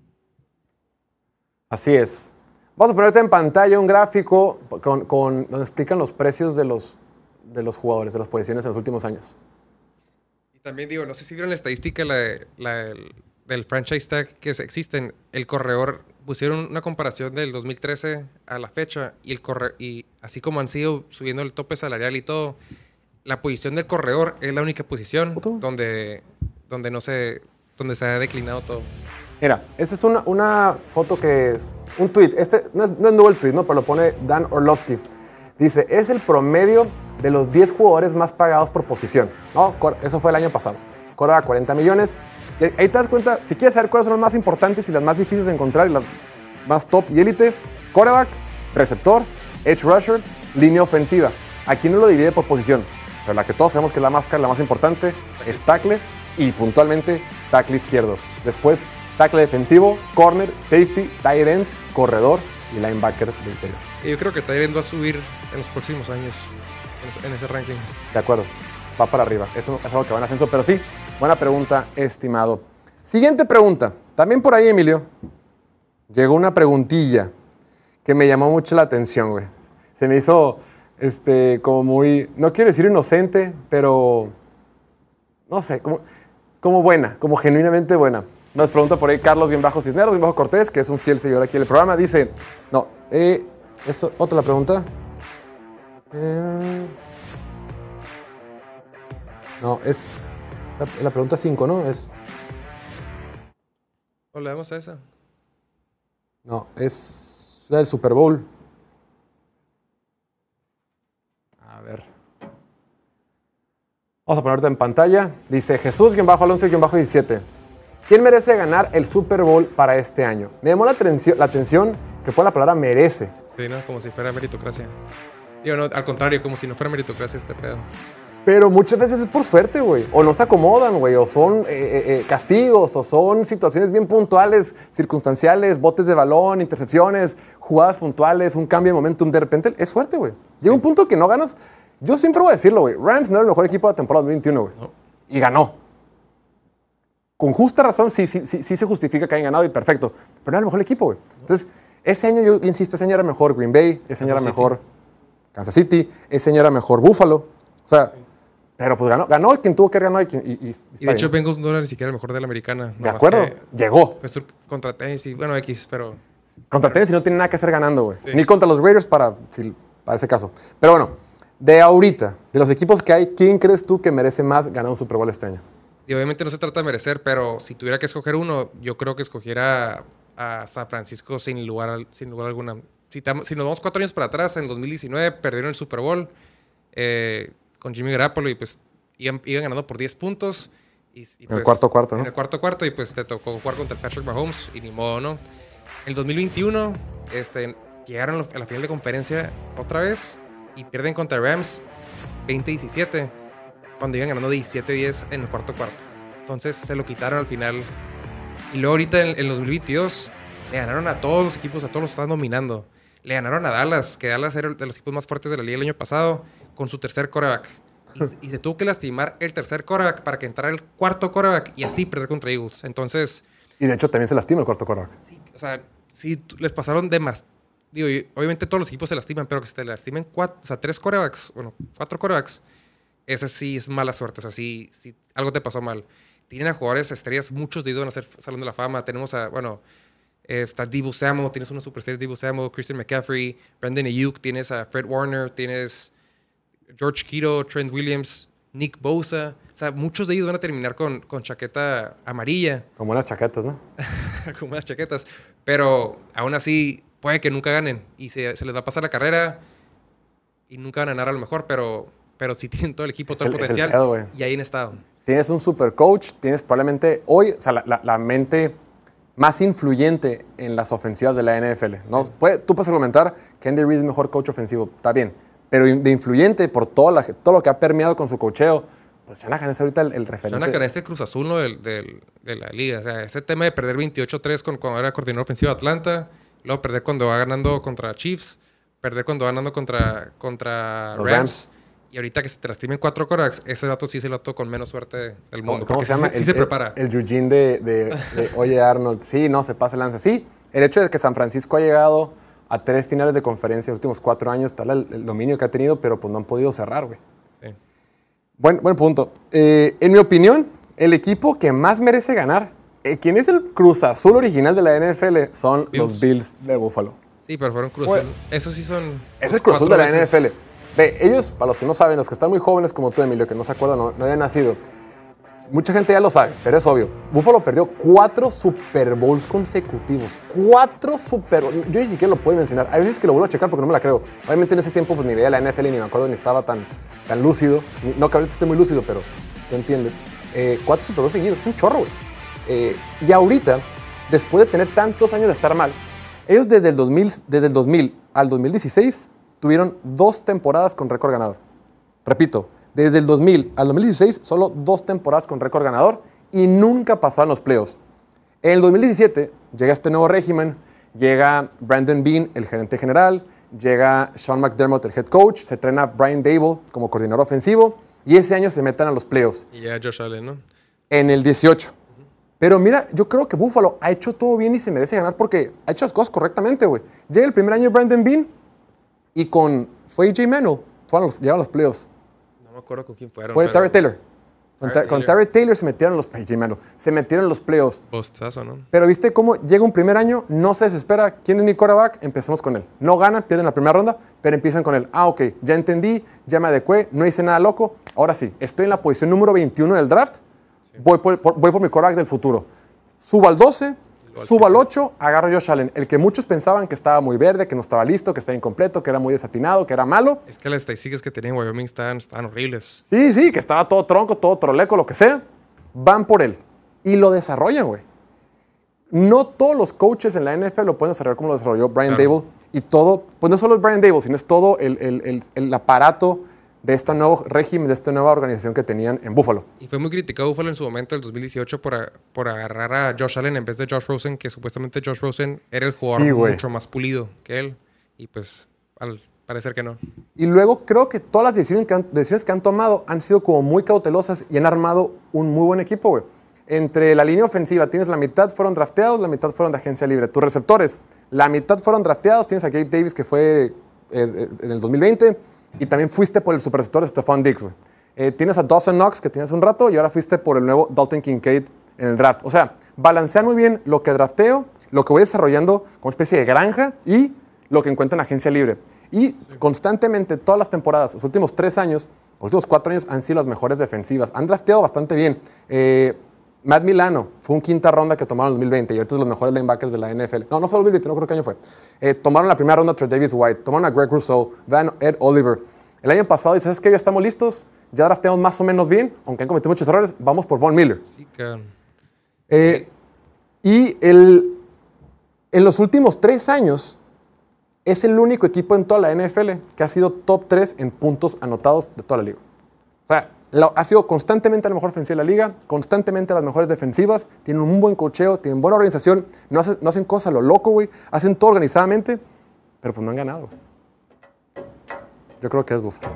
Así es. Vamos a ponerte en pantalla un gráfico con, con, donde explican los precios de los, de los jugadores, de las posiciones en los últimos años. Y también digo, no sé si vieron la estadística la, la, el, del franchise tag que existen. El corredor, pusieron una comparación del dos mil trece a la fecha y, el corre, y así como han sido subiendo el tope salarial y todo, la posición del corredor es la única posición donde, donde, no se, donde se ha declinado todo. Mira, esta es una, una foto que es un tweet. Este no es, no es nuevo el tweet, ¿no? Pero lo pone Dan Orlovsky. Dice, es el promedio de los diez jugadores más pagados por posición. ¿No? Eso fue el año pasado. Quarterback, cuarenta millones. Y ahí te das cuenta, si quieres saber cuáles son las más importantes y las más difíciles de encontrar y las más top y élite, quarterback, receptor, edge rusher, línea ofensiva. Aquí no lo divide por posición, pero la que todos sabemos que es la más cara, la más importante, es tackle y puntualmente tackle izquierdo. Después, tackle defensivo, corner, safety, tight end, corredor y linebacker de interior. Y yo creo que tight end va a subir en los próximos años en ese ranking. De acuerdo, va para arriba. Eso es algo que va en ascenso, pero sí, buena pregunta, estimado. Siguiente pregunta. También por ahí, Emilio, llegó una preguntilla que me llamó mucho la atención, güey. Se me hizo este, como muy, no quiero decir inocente, pero no sé, como, como buena, como genuinamente buena. Nos pregunta por ahí Carlos Cisneros, Cortés, que es un fiel seguidor aquí del programa. Dice, no, eh, ¿esto, ¿otra la pregunta? Eh, no, es la, la pregunta cinco, ¿no? Es... ¿O le damos a esa? No, es la del Super Bowl. A ver. Vamos a ponerte en pantalla. Dice Jesús-Alonso-diecisiete. ¿Quién merece ganar el Super Bowl para este año? Me llamó la atención, la atención que fue la palabra merece. Sí, ¿no? Como si fuera meritocracia. Digo, no, al contrario, como si no fuera meritocracia este pedo. Pero muchas veces es por suerte, güey. O no se acomodan, güey. O son eh, eh, castigos, o son situaciones bien puntuales, circunstanciales, botes de balón, intercepciones, jugadas puntuales, un cambio de momentum. De repente es suerte, güey. Llega un punto que no ganas. Yo siempre voy a decirlo, güey. Rams no era el mejor equipo de la temporada dos mil veintiuno, güey. No. Y ganó. Con justa razón, sí, sí, sí, sí se justifica que hayan ganado y perfecto. Pero no era el mejor equipo, güey. Entonces, ese año, yo insisto, ese año era mejor Green Bay, ese año era mejor Kansas City, ese año era mejor Buffalo. O sea, pero pues ganó, ganó quien tuvo que ganar. Y, quien, y, y, y de hecho, Bengals no era ni siquiera el mejor de la americana. De acuerdo, llegó. Fue contra Tennessee, bueno, X, pero... Contra Tennessee no tiene nada que hacer ganando, güey. Sí. Ni contra los Raiders para, si, para ese caso. Pero bueno, de ahorita, de los equipos que hay, ¿quién crees tú que merece más ganar un Super Bowl este año? Y obviamente no se trata de merecer, pero si tuviera que escoger uno, yo creo que escogiera a San Francisco sin lugar, al- sin lugar alguna. Si, tam- si nos vamos cuatro años para atrás, en dos mil diecinueve perdieron el Super Bowl eh, con Jimmy Garoppolo y pues iban, iban ganando por diez puntos. Y, y, En pues, el cuarto cuarto, ¿no? En el cuarto cuarto y pues te tocó jugar contra Patrick Mahomes y ni modo, ¿no? En el dos mil veintiuno este, llegaron a la final de conferencia otra vez y pierden contra Rams veinte diecisiete cuando iban ganando diecisiete diez en el cuarto cuarto. Entonces se lo quitaron al final. Y luego ahorita en, en dos mil veintidós le ganaron a todos los equipos, a todos los que estaban dominando. Le ganaron a Dallas, que Dallas era de los equipos más fuertes de la liga el año pasado, con su tercer quarterback. Y, y se tuvo que lastimar el tercer quarterback para que entrara el cuarto quarterback y así perder contra Eagles. Entonces, Y de hecho también se lastima el cuarto quarterback. sí, o sea, sí t- les pasaron de más. Digo, y obviamente todos los equipos se lastiman, pero que se te lastimen cuatro, o sea, tres quarterbacks, bueno, cuatro quarterbacks, ese sí es mala suerte. O sea, sí, sí algo te pasó mal. Tienen a jugadores estrellas, muchos de ellos van a ser Salón de la Fama. Tenemos a, bueno, eh, está Deebo Samuel, tienes una superestrella, Deebo Samuel, Christian McCaffrey, Brandon Ayuk, tienes a Fred Warner, tienes George Kittle, Trent Williams, Nick Bosa. O sea, muchos de ellos van a terminar con, con chaqueta amarilla, Como unas chaquetas, ¿no? como unas chaquetas. Pero aún así, puede que nunca ganen. Y se, se les va a pasar la carrera y nunca van a ganar a lo mejor, pero, pero sí tienen todo el equipo, Es todo el, el- es el potencial. pedo, güey. Y ahí han estado. Tienes un super coach, tienes probablemente hoy, o sea, la, la- la mente más influyente en las ofensivas de la N F L. ¿No? Puede- tú puedes argumentar que Andy Reid es mejor coach ofensivo, está bien, pero de influyente por todo, la- todo lo que ha permeado con su coacheo, pues Shanahan es ahorita el, el referente. Shanahan es el Cruz Azul, ¿no? del, del- de la liga. O sea, ese tema de perder veintiocho tres con, cuando era coordinador ofensivo de Atlanta, luego perder cuando va ganando contra Chiefs, perder cuando va ganando contra, contra Los Rams, Rams. y ahorita que se te lastimen cuatro quarterbacks, ese dato sí es el dato con menos suerte del ¿Cómo, mundo. cómo porque se llama? Sí, sí el, se el- prepara. El, Eugene de, de, de, oye Arnold. Sí, no, se pasa el lanza. Sí, el hecho de que San Francisco ha llegado a tres finales de conferencia en los últimos cuatro años, tal el, el dominio que ha tenido, pero pues no han podido cerrar, güey. Sí. Buen, buen punto. Eh, en mi opinión, el equipo que más merece ganar, eh, quien es el Cruz Azul original de la N F L, son los Bills. Bills de Buffalo. Sí, pero fueron Cruz Bueno. Azul. Esos sí son... Es el Cruz Azul de cuatro la N veces. F L. Ve, ellos, para los que no saben, los que están muy jóvenes como tú, Emilio, que no se acuerdan, no, no habían nacido, mucha gente ya lo sabe, pero es obvio. Buffalo perdió cuatro Super Bowls consecutivos. Cuatro Super Bowls. Yo ni siquiera lo puedo mencionar. Hay veces que lo vuelvo a checar porque no me la creo. Obviamente en ese tiempo pues, ni veía la N F L ni me acuerdo ni estaba tan, tan lúcido. Ni- no que ahorita esté muy lúcido, pero tú entiendes. Eh, cuatro Super Bowls seguidos. Es un chorro, güey. Eh, y ahorita, después de tener tantos años de estar mal, ellos desde el dos mil, desde el dos mil al dos mil dieciséis tuvieron dos temporadas con récord ganador. Repito, desde el dos mil al dos mil dieciséis, solo dos temporadas con récord ganador y nunca pasaron los playoffs. En el dos mil diecisiete llega este nuevo régimen, llega Brandon Beane, el gerente general, llega Sean McDermott, el head coach, se entrena Brian Dable como coordinador ofensivo y ese año se meten a los playoffs. Y ya Josh Allen, ¿no? En el dieciocho. Pero mira, yo creo que Buffalo ha hecho todo bien y se merece ganar porque ha hecho las cosas correctamente, güey. Llega el primer año Brandon Beane y con... Fue A J Manuel. Fueron los, llegaron a los playoffs. No me acuerdo con quién fueron. Fue pero- Tyrod Taylor. Con, Tyrod Ta- con Taylor. Tyrod Taylor se metieron los... A J Manuel. Se metieron en los playoffs. Bostazo, ¿no? Pero viste cómo llega un primer año, no se desespera. ¿Quién es mi quarterback? Empecemos con él. No ganan, pierden la primera ronda, pero empiezan con él. Ah, ok, ya entendí, ya me adecué, no hice nada loco. Ahora sí, estoy en la posición número veintiuno del draft. Voy, por, por- voy por mi quarterback del futuro. Subo al doce, luego al subo al ocho, agarro a Josh Allen. El que muchos pensaban que estaba muy verde, que no estaba listo, que estaba incompleto, que era muy desatinado, que era malo. Es que las estadísticas que tenía en Wyoming están, están horribles. Sí, sí, que estaba todo tronco, todo troleco, lo que sea. Van por él y lo desarrollan, güey. No todos los coaches en la N F L lo pueden desarrollar como lo desarrolló Brian Claro. Dable. Y todo, pues no solo es Brian Dable, sino es todo el, el- el- el aparato de este nuevo régimen, de esta nueva organización que tenían en Buffalo. Y fue muy criticado Buffalo en su momento, el dos mil dieciocho, por, a- por agarrar a Josh Allen en vez de Josh Rosen, que supuestamente Josh Rosen era el jugador Sí, güey. mucho más pulido que él. Y pues, al parecer que no. Y luego creo que todas las decisiones que han, decisiones que han tomado han sido como muy cautelosas y han armado un muy buen equipo, güey. Entre la línea ofensiva, tienes la mitad fueron drafteados, la mitad fueron de agencia libre. Tus receptores, la mitad fueron drafteados. Tienes a Gabe Davis, que fue eh, eh, en el dos mil veinte, y también fuiste por el superreceptor Stephon Diggs, güey. Eh, tienes a Dawson Knox, que tienes un rato, y ahora fuiste por el nuevo Dalton Kincaid en el draft. O sea, balancean muy bien lo que drafteo, lo que voy desarrollando como especie de granja y lo que encuentro en agencia libre. Y constantemente, todas las temporadas, los últimos tres años, los últimos cuatro años han sido las mejores defensivas. Han drafteado bastante bien. Eh, Matt Milano fue un quinta ronda que tomaron en dos mil veinte y ahorita es de los mejores linebackers de la N F L. No, no fue dos mil veinte, no creo qué año fue. Eh, tomaron la primera ronda a Davis White, tomaron a Greg Rousseau, Van Ed Oliver. El año pasado, dices, ¿sabes qué? Ya estamos listos, ya drafteamos más o menos bien, aunque han cometido muchos errores, vamos por Von Miller. Sí, claro. Eh, y el, en los últimos tres años, es el único equipo en toda la N F L que ha sido top tres en puntos anotados de toda la liga. O sea, lo, ha sido constantemente la mejor ofensiva de la liga, constantemente las mejores defensivas, tienen un buen cocheo, tienen buena organización, no, hace, no hacen cosas a lo loco, güey, hacen todo organizadamente, pero pues no han ganado. Yo creo que es Buffalo.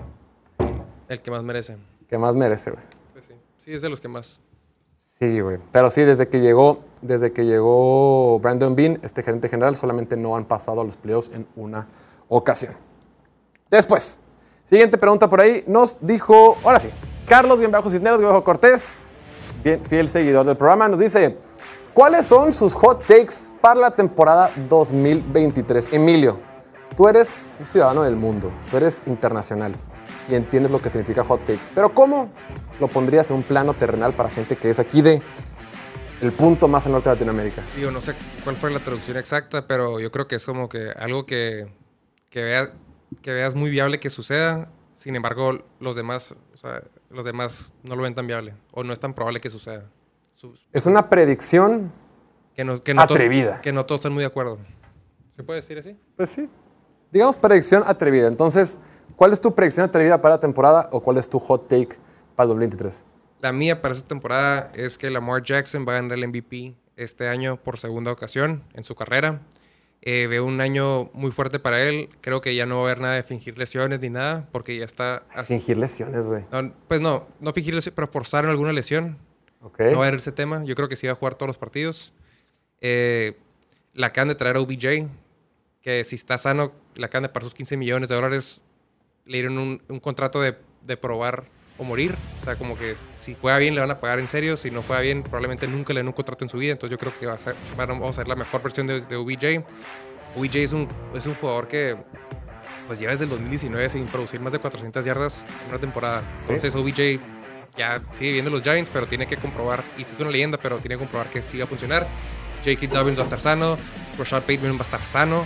El que más merece. Que más merece, güey. Pues sí. Sí, es de los que más. Sí, güey. Pero sí, desde que llegó, desde que llegó Brandon Beane, este gerente general, solamente no han pasado a los playoffs en una ocasión. Después, siguiente pregunta por ahí. Nos dijo, ahora sí, Carlos Cisneros Cortés, bien fiel seguidor del programa, nos dice, ¿cuáles son sus hot takes para la temporada dos mil veintitrés? Emilio, tú eres un ciudadano del mundo, tú eres internacional y entiendes lo que significa hot takes. Pero ¿cómo lo pondrías en un plano terrenal para gente que es aquí de el punto más al norte de Latinoamérica? Digo, no sé cuál fue la traducción exacta, pero yo creo que es como que algo que, que, vea, que veas muy viable que suceda. Sin embargo, los demás, o sea, los demás no lo ven tan viable o no es tan probable que suceda. Sus, es una predicción que no, que no atrevida. Todos, que no todos están muy de acuerdo. ¿Se puede decir así? Pues sí. Digamos predicción atrevida. Entonces, ¿cuál es tu predicción atrevida para la temporada o cuál es tu hot take para el dos mil veintitrés? La mía para esta temporada es que Lamar Jackson va a ganar el M V P este año por segunda ocasión en su carrera. Eh, veo un año muy fuerte para él. Creo que ya no va a haber nada de fingir lesiones ni nada, porque ya está... Así. Fingir lesiones, güey. No, pues no, no fingir lesiones, pero forzar en alguna lesión. Okay. No va a haber ese tema. Yo creo que sí va a jugar todos los partidos. Eh, la acaban de traer a O B J, que si está sano, la acaban de pagar sus quince millones de dólares. Le dieron un, un contrato de, de probar o morir. O sea, como que si juega bien le van a pagar en serio. Si no juega bien, probablemente nunca le den un contrato en su vida. Entonces yo creo que va a ser, vamos a ser la mejor versión de, de O B J. O B J es un, es un jugador que pues lleva desde el dos mil diecinueve sin producir más de cuatrocientas yardas en una temporada. Entonces ¿sí? O B J ya sigue viendo los Giants, pero tiene que comprobar, y si es una leyenda, pero tiene que comprobar que sí va a funcionar. J K. Dobbins va a estar sano, Rashad Bateman va a estar sano.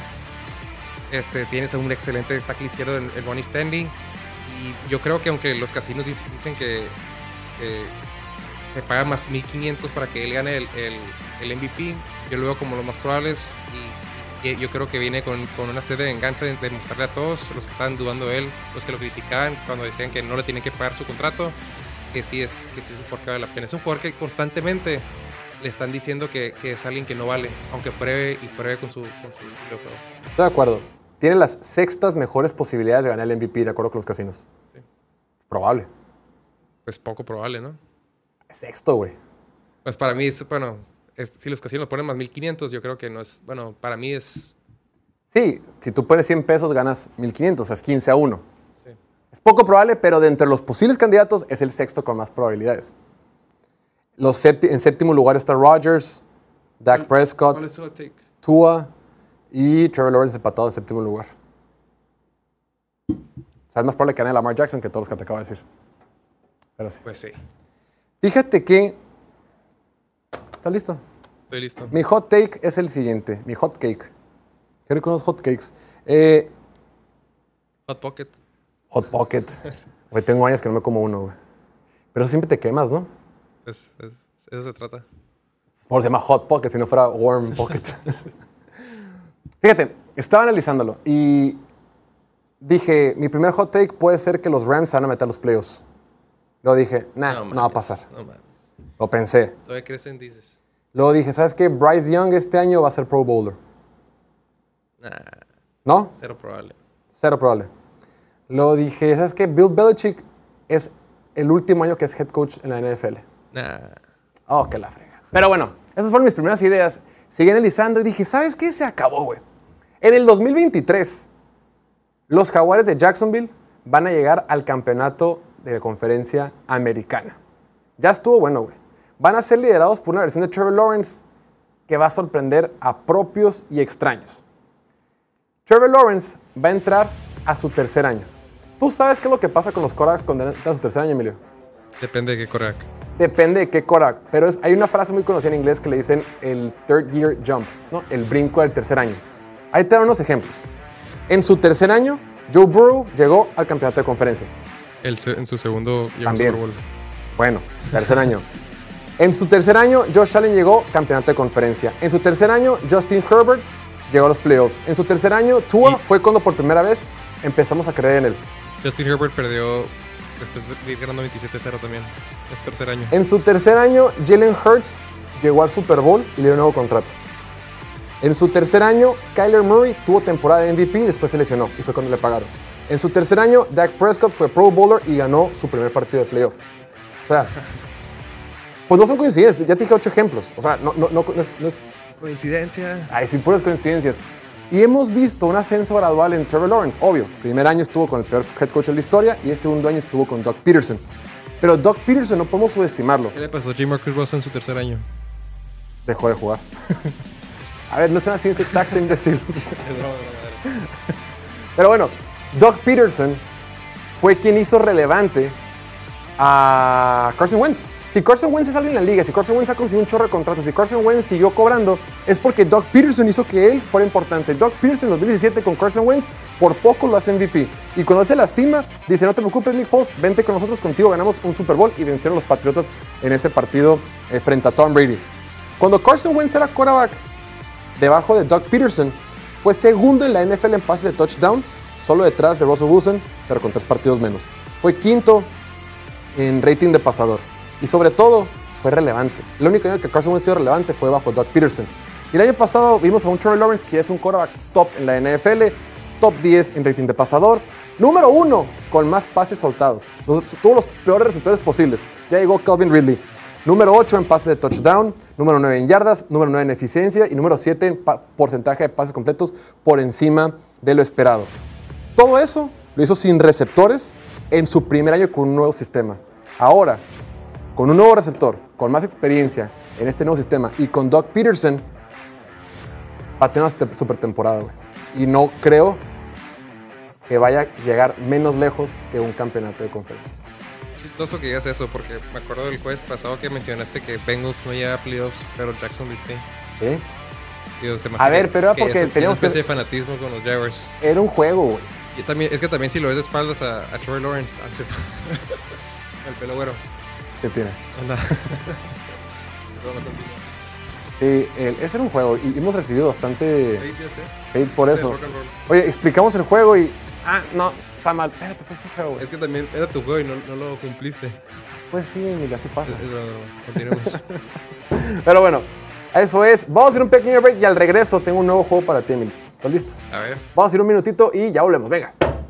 Este, tienes un excelente tackle izquierdo en el Ronnie Stanley. Y yo creo que aunque los casinos dicen que, que te pagan más mil quinientos para que él gane el, el, el M V P, yo lo veo como los más probables. Y, y yo creo que viene con, con una sed de venganza de, de mostrarle a todos los que estaban dudando de él, los que lo criticaban cuando decían que no le tienen que pagar su contrato, que sí es, que sí es un jugador que vale la pena. Es un jugador que constantemente le están diciendo que, que es alguien que no vale, aunque pruebe y pruebe con su, con su estilo de juego. Estoy de acuerdo. Tiene las sextas mejores posibilidades de ganar el M V P, de acuerdo con los casinos. Sí. Probable. Pues poco probable, ¿no? Sexto, güey. Pues para mí es, bueno, es, si los casinos ponen más mil quinientos, yo creo que no es, bueno, para mí es... Sí, si tú pones cien pesos, ganas mil quinientos, o sea, es quince a uno. Sí. Es poco probable, pero de entre los posibles candidatos es el sexto con más probabilidades. Los sépti- en séptimo lugar está Rodgers, Dak Prescott, ¿Cuál es su hot take? Tua y Trevor Lawrence empatado en séptimo lugar. O sea, es más probable que gane Lamar Jackson que todos los que te acabo de decir. Pero sí. Pues sí. Fíjate que... ¿Estás listo? Estoy listo. Mi hot take es el siguiente. Mi hot cake. ¿Qué rico unos hot cakes? Eh, Hot Pocket. hot pocket. Güey, tengo años que no me como uno, güey. Pero siempre te quemas, ¿no? Pues es, eso se trata. Por se llama hot pocket, si no fuera warm pocket. Fíjate, estaba analizándolo y dije, mi primer hot take puede ser que los Rams se van a meter a los playoffs. Luego dije, nah, no, no va a pasar. No mames. Lo pensé. Todavía crecen, dices. Luego dije, ¿sabes qué? Bryce Young este año va a ser Pro Bowler. Nah, ¿No? cero probable. Cero probable. Luego dije, ¿sabes qué? Bill Belichick es el último año que es head coach en la N F L. Nah. Oh, qué la frega. Pero bueno, esas fueron mis primeras ideas. Seguí analizando y dije, ¿sabes qué? Se acabó, güey. En el dos mil veintitrés, los Jaguares de Jacksonville van a llegar al campeonato de conferencia americana. Ya estuvo bueno, güey. Van a ser liderados por una versión de Trevor Lawrence que va a sorprender a propios y extraños. Trevor Lawrence va a entrar a su tercer año. ¿Tú sabes qué es lo que pasa con los quarterbacks cuando entran a su tercer año, Emilio? Depende de qué correa. Depende de qué quarterback. Pero es, hay una frase muy conocida en inglés que le dicen el third year jump, ¿no? El brinco del tercer año. Ahí te dan unos ejemplos. En su tercer año, Joe Burrow llegó al campeonato de conferencia. El, en su segundo llegó También. Super Bowl. Bueno, tercer año. En su tercer año, Josh Allen llegó campeonato de conferencia. En su tercer año, Justin Herbert llegó a los playoffs. En su tercer año, Tua Y- fue cuando por primera vez empezamos a creer en él. Justin Herbert perdió después de ir ganando veintisiete cero también. Es tercer año. En su tercer año, Jalen Hurts llegó al Super Bowl y le dio un nuevo contrato. En su tercer año, Kyler Murray tuvo temporada de M V P y después se lesionó y fue cuando le pagaron. En su tercer año, Dak Prescott fue Pro Bowler y ganó su primer partido de playoff. O sea, pues no son coincidencias, ya te dije ocho ejemplos. O sea, no, no, no, no es, no es... Coincidencia. Ay, sí, puras coincidencias. Y hemos visto un ascenso gradual en Trevor Lawrence, obvio. Primer año estuvo con el peor head coach de la historia y este segundo año estuvo con Doug Peterson. Pero Doug Peterson no podemos subestimarlo. ¿Qué le pasó a J. Marcus Russell en su tercer año? Dejó de jugar. A ver, no es una ciencia exacta, imbécil. Pero bueno, Doug Peterson fue quien hizo relevante a Carson Wentz. Si Carson Wentz es alguien en la liga, si Carson Wentz ha conseguido un chorro de contratos, si Carson Wentz siguió cobrando, es porque Doug Peterson hizo que él fuera importante. Doug Peterson en dos mil diecisiete con Carson Wentz por poco lo hace M V P. Y cuando él se lastima, dice, no te preocupes, Nick Foles, vente con nosotros, contigo ganamos un Super Bowl y vencieron los Patriotas en ese partido eh, frente a Tom Brady. Cuando Carson Wentz era quarterback debajo de Doug Peterson, fue segundo en la N F L en pases de touchdown, solo detrás de Russell Wilson, pero con tres partidos menos. Fue quinto en rating de pasador. Y sobre todo, fue relevante. El único año que Carson Wentz fue relevante fue bajo Doug Peterson. Y el año pasado vimos a un Trevor Lawrence que es un quarterback top en la N F L, top diez en rating de pasador, número uno con más pases soltados. Los, tuvo los peores receptores posibles. Ya llegó Calvin Ridley. Número ocho en pases de touchdown, número nueve en yardas, número nueve en eficiencia y número siete en porcentaje de pases completos por encima de lo esperado. Todo eso lo hizo sin receptores en su primer año con un nuevo sistema. Ahora, con un nuevo receptor, con más experiencia en este nuevo sistema y con Doug Peterson, pateó una super temporada, güey. Y no creo que vaya a llegar menos lejos que un campeonato de conferencia. Chistoso que digas eso, porque me acuerdo del jueves pasado que mencionaste que Bengals no llega a playoffs, pero Jacksonville sí. ¿Eh? Digo, se me A hace ver, que- pero era que porque eso- teníamos una especie que- de fanatismo con los Jaguars. Era un juego, güey. Y también, es que también si lo ves de espaldas a, a Trevor Lawrence, ah, sí. El pelo güero. ¿Qué tiene? Anda. Sí, el- ese era un juego y hemos recibido bastante Ahí ya sé. hate por De eso. rock and roll. Oye, explicamos el juego y... Ah, no, está mal. Espérate, pues es un juego, güey. Es que también era tu juego y no, no lo cumpliste. Pues sí, Emilio, así pasa. Eso, continuemos. Pero bueno, eso es. Vamos a hacer un pequeño break y al regreso tengo un nuevo juego para ti, Emilio. ¿Estás listo? A ver. Vamos a ir un minutito y ya volvemos. Venga.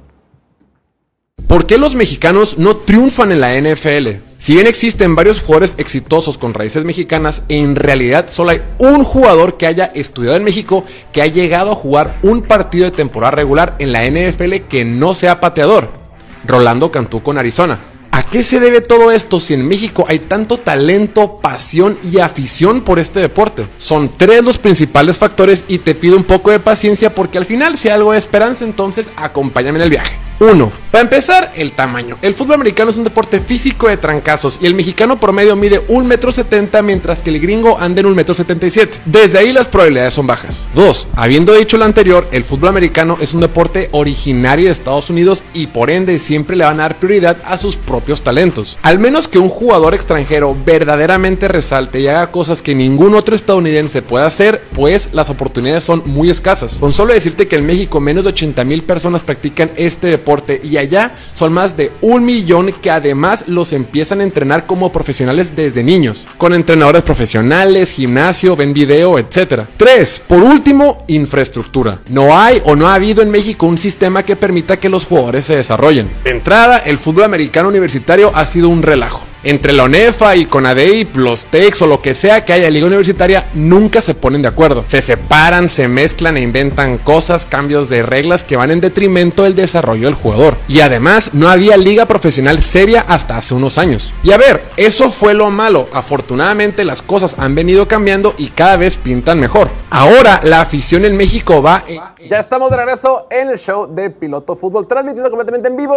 ¿Por qué los mexicanos no triunfan en la N F L? Si bien existen varios jugadores exitosos con raíces mexicanas, en realidad solo hay un jugador que haya estudiado en México que ha llegado a jugar un partido de temporada regular en la N F L que no sea pateador. Rolando Cantú con Arizona. ¿A qué se debe todo esto si en México hay tanto talento, pasión y afición por este deporte? Son tres los principales factores y te pido un poco de paciencia porque al final si hay algo de esperanza, entonces acompáñame en el viaje. uno. Para empezar, el tamaño. El fútbol americano es un deporte físico de trancazos y el mexicano promedio mide un metro setenta mientras que el gringo anda en un metro setenta y siete. Desde ahí las probabilidades son bajas. dos. Habiendo dicho lo anterior, el fútbol americano es un deporte originario de Estados Unidos y por ende siempre le van a dar prioridad a sus propios talentos. Al menos que un jugador extranjero verdaderamente resalte y haga cosas que ningún otro estadounidense pueda hacer, pues las oportunidades son muy escasas. Con solo decirte que en México menos de ochenta mil personas practican este deporte y allá son más de un millón que además los empiezan a entrenar como profesionales desde niños, con entrenadores profesionales, gimnasio, ven video, etcétera. tres. Por último, infraestructura. No hay o no ha habido en México un sistema que permita que los jugadores se desarrollen. De entrada, el fútbol americano universitario ha sido un relajo. Entre la ONEFA y CONADEIP, los TECs o lo que sea que haya liga universitaria, nunca se ponen de acuerdo. Se separan, se mezclan e inventan cosas, cambios de reglas que van en detrimento del desarrollo del jugador. Y además, no había liga profesional seria hasta hace unos años. Y a ver, eso fue lo malo. Afortunadamente las cosas han venido cambiando y cada vez pintan mejor. Ahora, la afición en México va en... Ya estamos de regreso en el show de Piloto Fútbol, transmitiendo completamente en vivo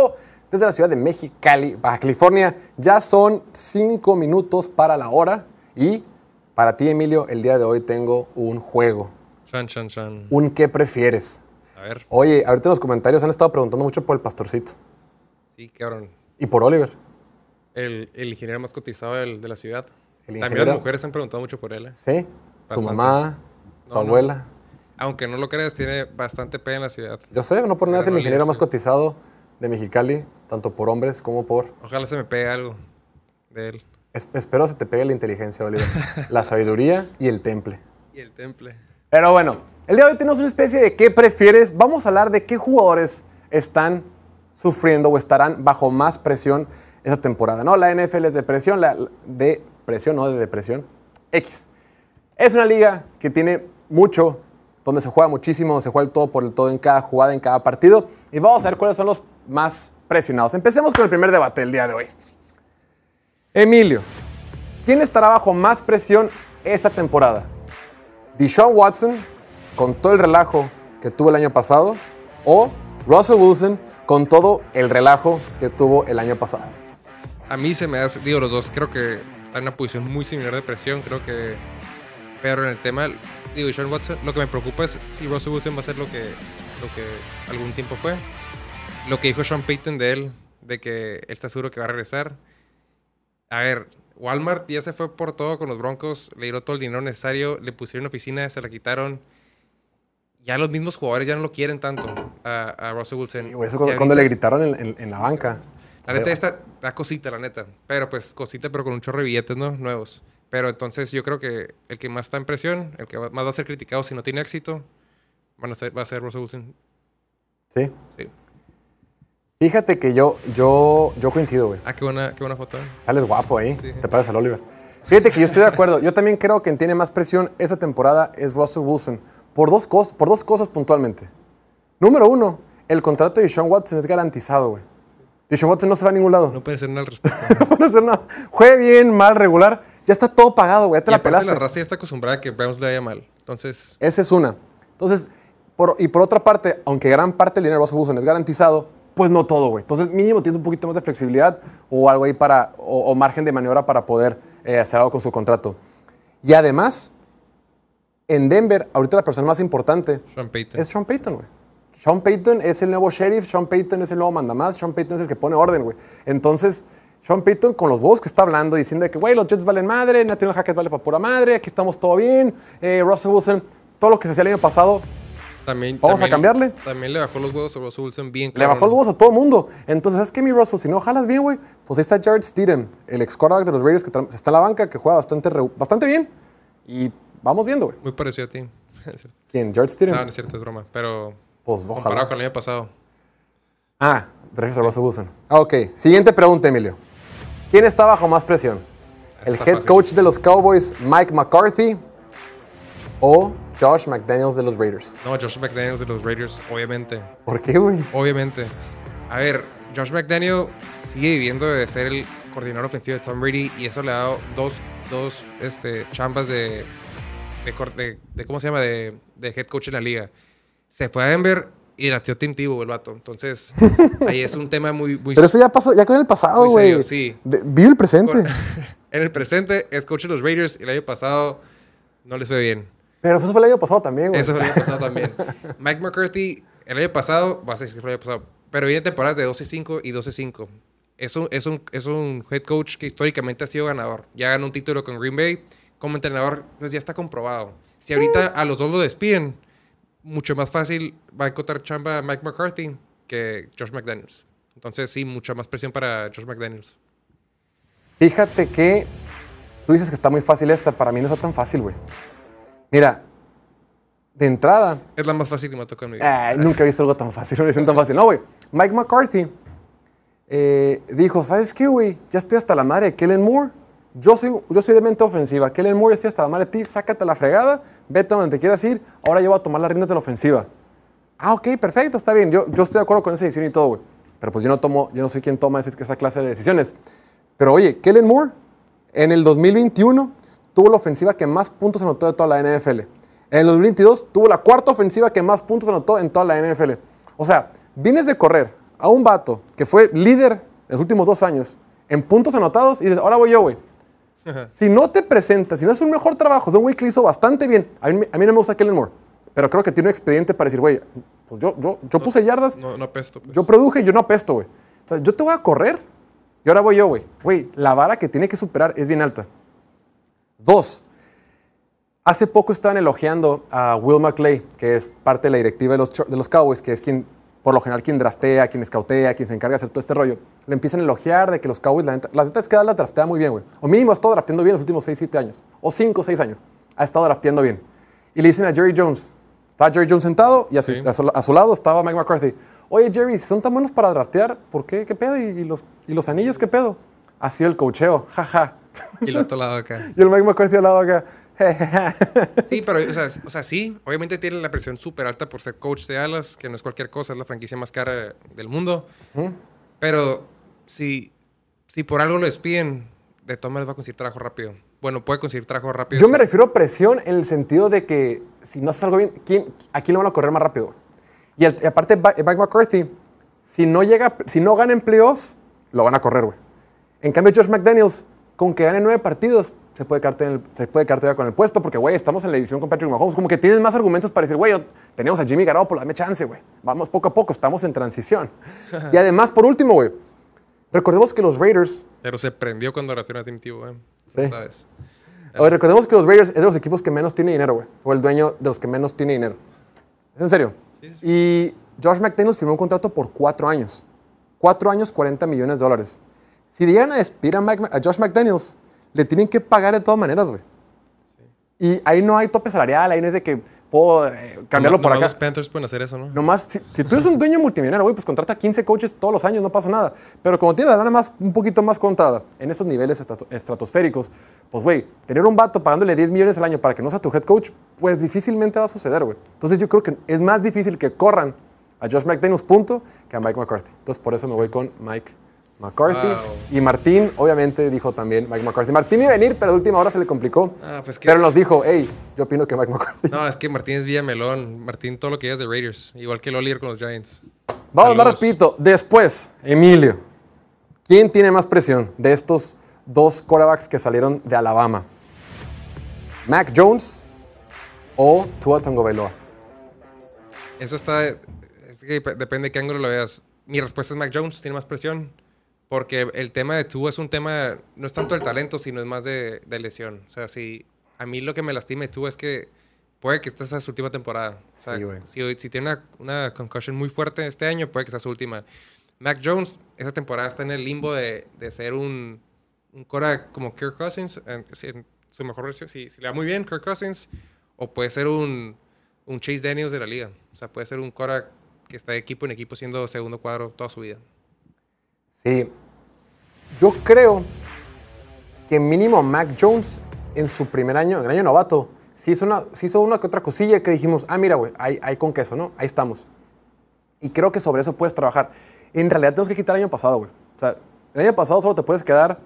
desde la ciudad de Mexicali, Baja California. Ya son cinco minutos para la hora y para ti, Emilio, el día de hoy tengo un juego. Chan, chan, chan. Un ¿qué prefieres? A ver. Oye, ahorita en los comentarios han estado preguntando mucho por el Pastorcito. Sí, cabrón. Y por Oliver. El, el ingeniero más cotizado del, de la ciudad. El También ingeniero- las mujeres han preguntado mucho por él. ¿eh? Sí, su Bastante. mamá, su No, no. abuela. Aunque no lo creas, tiene bastante pena en la ciudad. Yo sé, no por nada es el Pero ingeniero Oliver, más sí. cotizado de Mexicali, tanto por hombres como por... Ojalá se me pegue algo de él. Es- espero se te pegue la inteligencia, Oliver. La sabiduría y el temple. Y el temple. Pero bueno, el día de hoy tenemos una especie de ¿qué prefieres? Vamos a hablar de qué jugadores están sufriendo o estarán bajo más presión esta temporada. No, la N F L es de presión, la, de presión, no de depresión. X. Es una liga que tiene mucho, donde se juega muchísimo, donde se juega el todo por el todo en cada jugada, en cada partido. Y vamos a ver cuáles son los más presionados. Empecemos con el primer debate del día de hoy. Emilio, ¿quién estará bajo más presión esta temporada? ¿Deshaun Watson, con todo el relajo que tuvo el año pasado, o Russell Wilson, con todo el relajo que tuvo el año pasado? A mí se me hace, digo, los dos creo que están en una posición muy similar de presión. Creo que. Pero en el tema, digo, Sean Watson, lo que me preocupa es si Russell Wilson va a ser lo que, lo que algún tiempo fue. Lo que dijo Sean Payton de él, de que él está seguro que va a regresar. A ver, Walmart ya se fue por todo con los Broncos, le dieron todo el dinero necesario, le pusieron oficina, se la quitaron. Ya los mismos jugadores ya no lo quieren tanto a, a Russell Wilson. Sí, güey, eso Si cuando, ahorita- cuando le gritaron en, en- en la banca. La neta, esta da cosita, la neta. Pero pues cosita, pero con un chorro de billetes, ¿no? Nuevos. Pero entonces yo creo que el que más está en presión, el que va- más va a ser criticado si no tiene éxito, van a ser, va a ser Russell Wilson. Sí. Sí. Fíjate que yo, yo, yo coincido, güey. Ah, qué buena, qué buena foto. Sales guapo ahí. Sí. Te pareces al Oliver. Fíjate que yo estoy de acuerdo. Yo también creo que quien tiene más presión esta temporada es Russell Wilson. Por dos, cos- por dos cosas puntualmente. Número uno, el contrato de Deshaun Watson es garantizado, güey. Deshaun Watson no se va a ningún lado. No puede ser nada al respecto. No puede hacer nada. Juegue bien, mal, regular. Ya está todo pagado, güey. Ya te Y la aparte pelaste. la raza ya está acostumbrada a que Browns le vaya mal. Entonces, Esa es una. Entonces, por- y por otra parte, aunque gran parte del dinero de Russell Wilson es garantizado, pues no todo, güey. Entonces, mínimo tienes un poquito más de flexibilidad o algo ahí para, o, o margen de maniobra para poder eh, hacer algo con su contrato. Y además, en Denver, ahorita la persona más importante Sean Payton. es Sean Payton, güey. Sean Payton es el nuevo sheriff, Sean Payton es el nuevo mandamás, Sean Payton es el que pone orden, güey. Entonces, Sean Payton con los voz que está hablando, diciendo de que, güey, los Jets valen madre, Nathaniel Hackett vale para pura madre, aquí estamos todo bien, eh, Russell Wilson, todo lo que se hacía el año pasado, También, ¿Vamos a también- cambiarle? También le bajó los huevos a Russell Wilson bien le cabrón. bajó los huevos a todo el mundo. Entonces, ¿sabes qué, mi Russell? Si no jalas bien, güey, pues ahí está Jared Stidham, el ex quarterback de los Raiders que tra- está en la banca, que juega bastante, re- bastante bien. Y vamos viendo, güey. Muy parecido a ti. Es cierto. ¿Quién? Jared Stidham. No, no es cierto, es broma. Pero Pues comparado ojalá. con el año pasado. Ah, te refieres a Russell Wilson. Ah, ok. Siguiente pregunta, Emilio. ¿Quién está bajo más presión? ¿El Está head fácil. coach de los Cowboys, Mike McCarthy, o Josh McDaniels de los Raiders? No, Josh McDaniels de los Raiders, obviamente. ¿Por qué, güey? Obviamente. A ver, Josh McDaniel sigue viviendo de ser el coordinador ofensivo de Tom Brady y eso le ha dado dos, dos este, chambas de, de, cor- de- de- ¿cómo se llama? De, de head coach en la liga. Se fue a Denver y la Tim Tebow, el vato. Entonces, ahí es un tema muy... muy Pero eso ya pasó, ya quedó en el pasado, Muy güey. serio, sí. De- Vive el presente. con- en el presente es coach de los Raiders y el año pasado no les fue bien. Pero eso fue el año pasado también, güey. Eso fue el año pasado también. Mike McCarthy, el año pasado, va a ser que fue el año pasado, pero viene temporadas de doce cinco y doce cinco. Es un, es, un, es un head coach que históricamente ha sido ganador. Ya ganó un título con Green Bay. Como entrenador, pues ya está comprobado. Si ahorita a los dos lo despiden, mucho más fácil va a encontrar chamba Mike McCarthy que Josh McDaniels. Entonces, sí, mucha más presión para Josh McDaniels. Fíjate que tú dices que está muy fácil esta. Para mí no está tan fácil, güey. Mira, de entrada, Es la más fácil que me toca en mi vida. ay, nunca he visto algo tan fácil, no le tan fácil. No, güey. Mike McCarthy eh, dijo, ¿sabes qué, güey? Ya estoy hasta la madre de Kellen Moore. Yo soy, yo soy de mente ofensiva. Kellen Moore, estoy hasta la madre de ti. Sácate la fregada. Vete a donde te quieras ir. Ahora yo voy a tomar las riendas de la ofensiva. Ah, ok, perfecto, está bien. Yo, yo estoy de acuerdo con esa decisión y todo, güey. Pero pues yo no tomo, yo no soy quien toma ese- esa clase de decisiones. Pero oye, Kellen Moore en el dos mil veintiuno tuvo la ofensiva que más puntos anotó de toda la N F L. En el dos mil veintidós tuvo la cuarta ofensiva que más puntos anotó en toda la N F L. O sea, vienes de correr a un vato que fue líder en los últimos dos años en puntos anotados y dices, ahora voy yo, güey. Si no te presentas, si no es un mejor trabajo de un güey que lo hizo bastante bien, a mí, a mí no me gusta Kellen Moore, pero creo que tiene un expediente para decir, güey, pues yo, yo, yo No, puse yardas, No, no apesto. Pues. yo produje y yo no apesto, güey. O sea, yo te voy a correr y ahora voy yo, güey. Güey, la vara que tiene que superar es bien alta. Dos, hace poco estaban elogiando a Will McClay, que es parte de la directiva de los, de los Cowboys, que es quien, por lo general, quien draftea, quien escautea, quien se encarga de hacer todo este rollo. Le empiezan a elogiar de que los Cowboys, la neta, la neta es que Dallas draftea muy bien, güey. O mínimo ha estado drafteando bien los últimos seis, siete años. O cinco, seis años. Ha estado drafteando bien. Y le dicen a Jerry Jones, estaba Jerry Jones sentado y a su, Sí. a su, a su lado estaba Mike McCarthy. Oye, Jerry, si son tan buenos para draftear, ¿por qué? ¿Qué pedo? ¿Y, y los, y los anillos qué pedo? Ha sido el coacheo, jaja. Y lo otro lado acá. Y el Mike McCarthy al lado acá. Sí, pero, o sea, o sea, sí, obviamente tiene la presión súper alta por ser coach de Dallas, que no es cualquier cosa, es la franquicia más cara del mundo. ¿Mm? Pero si, si por algo lo despiden, de todas maneras va a conseguir trabajo rápido. Bueno, puede conseguir trabajo rápido. Yo si- me refiero a presión en el sentido de que si no haces algo bien, ¿quién, ¿a quién lo van a correr más rápido? Güey? Y, el- y aparte, Ba- Mike McCarthy, si no, llega, si no gana en playoffs, lo van a correr, güey. En cambio, Josh McDaniels, con que gane nueve partidos, se puede quedar, en el- se puede quedar todavía con el puesto, porque, güey, estamos en la división con Patrick Mahomes. Como que tienes más argumentos para decir, güey, tenemos a Jimmy Garoppolo, dame chance, güey. Vamos poco a poco, estamos en transición. Y además, por último, güey, recordemos que los Raiders, Pero se prendió cuando reaccionó a Tim Tebow, ¿eh? Sí. ¿Sabes? oye, recordemos que los Raiders es de los equipos que menos tiene dinero, güey. O el dueño de los que menos tiene dinero. Es en serio. Sí, sí. Y Josh McDaniels firmó un contrato por cuatro años. Cuatro años, cuarenta millones de dólares. Si llegan a despedir a, Mike- a Josh McDaniels, le tienen que pagar de todas maneras, güey. Y ahí no hay tope salarial, ahí no es de que puedo eh, cambiarlo No- por nomás acá. Los Panthers pueden hacer eso, ¿no? Nomás, si, si tú eres un dueño multimillonario, güey, pues contrata quince coaches todos los años, no pasa nada. Pero como tienes la lana más, un poquito más contada en esos niveles estrato- estratosféricos, pues, güey, tener un vato pagándole diez millones al año para que no sea tu head coach, pues difícilmente va a suceder, güey. Entonces yo creo que es más difícil que corran a Josh McDaniels, punto, que a Mike McCarthy. Entonces por eso me voy con Mike McCarthy. Wow. Y Martín, obviamente, dijo también Mike McCarthy. Martín iba a venir, pero de última hora se le complicó. Ah, pues que... Pero nos dijo, hey, yo opino que Mike McCarthy. No, es que Martín es Villamelón. Martín todo lo que ya es de Raiders. Igual que Lolier con los Giants. Vamos más Saludos. rapidito. Después, Emilio. ¿Quién tiene más presión de estos dos quarterbacks que salieron de Alabama? ¿Mac Jones o Tua Tagovailoa? Eso está... Es que dep- depende de qué ángulo lo veas. Mi respuesta es Mac Jones. Tiene más presión. Porque el tema de Tua es un tema... No es tanto el talento, sino es más de, de lesión. O sea, si... A mí lo que me lastima de Tua es que... Puede que esta sea su última temporada. O sea, Sí, güey. si, si tiene una, una concussion muy fuerte este año, puede que sea su última. Mac Jones, esa temporada está en el limbo de, de ser un, un quarterback como Kirk Cousins, en, en su mejor versión, si, si le va muy bien Kirk Cousins, o puede ser un, un Chase Daniels de la liga. O sea, puede ser un quarterback que está de equipo en equipo siendo segundo cuadro toda su vida. Sí. Yo creo que mínimo Mac Jones en su primer año, en el año novato, sí hizo una, sí hizo una que otra cosilla que dijimos, ah, mira, güey, hay, hay con queso, ¿no? Ahí estamos. Y creo que sobre eso puedes trabajar. En realidad tenemos que quitar el año pasado, güey. O sea, el año pasado solo te puedes quedar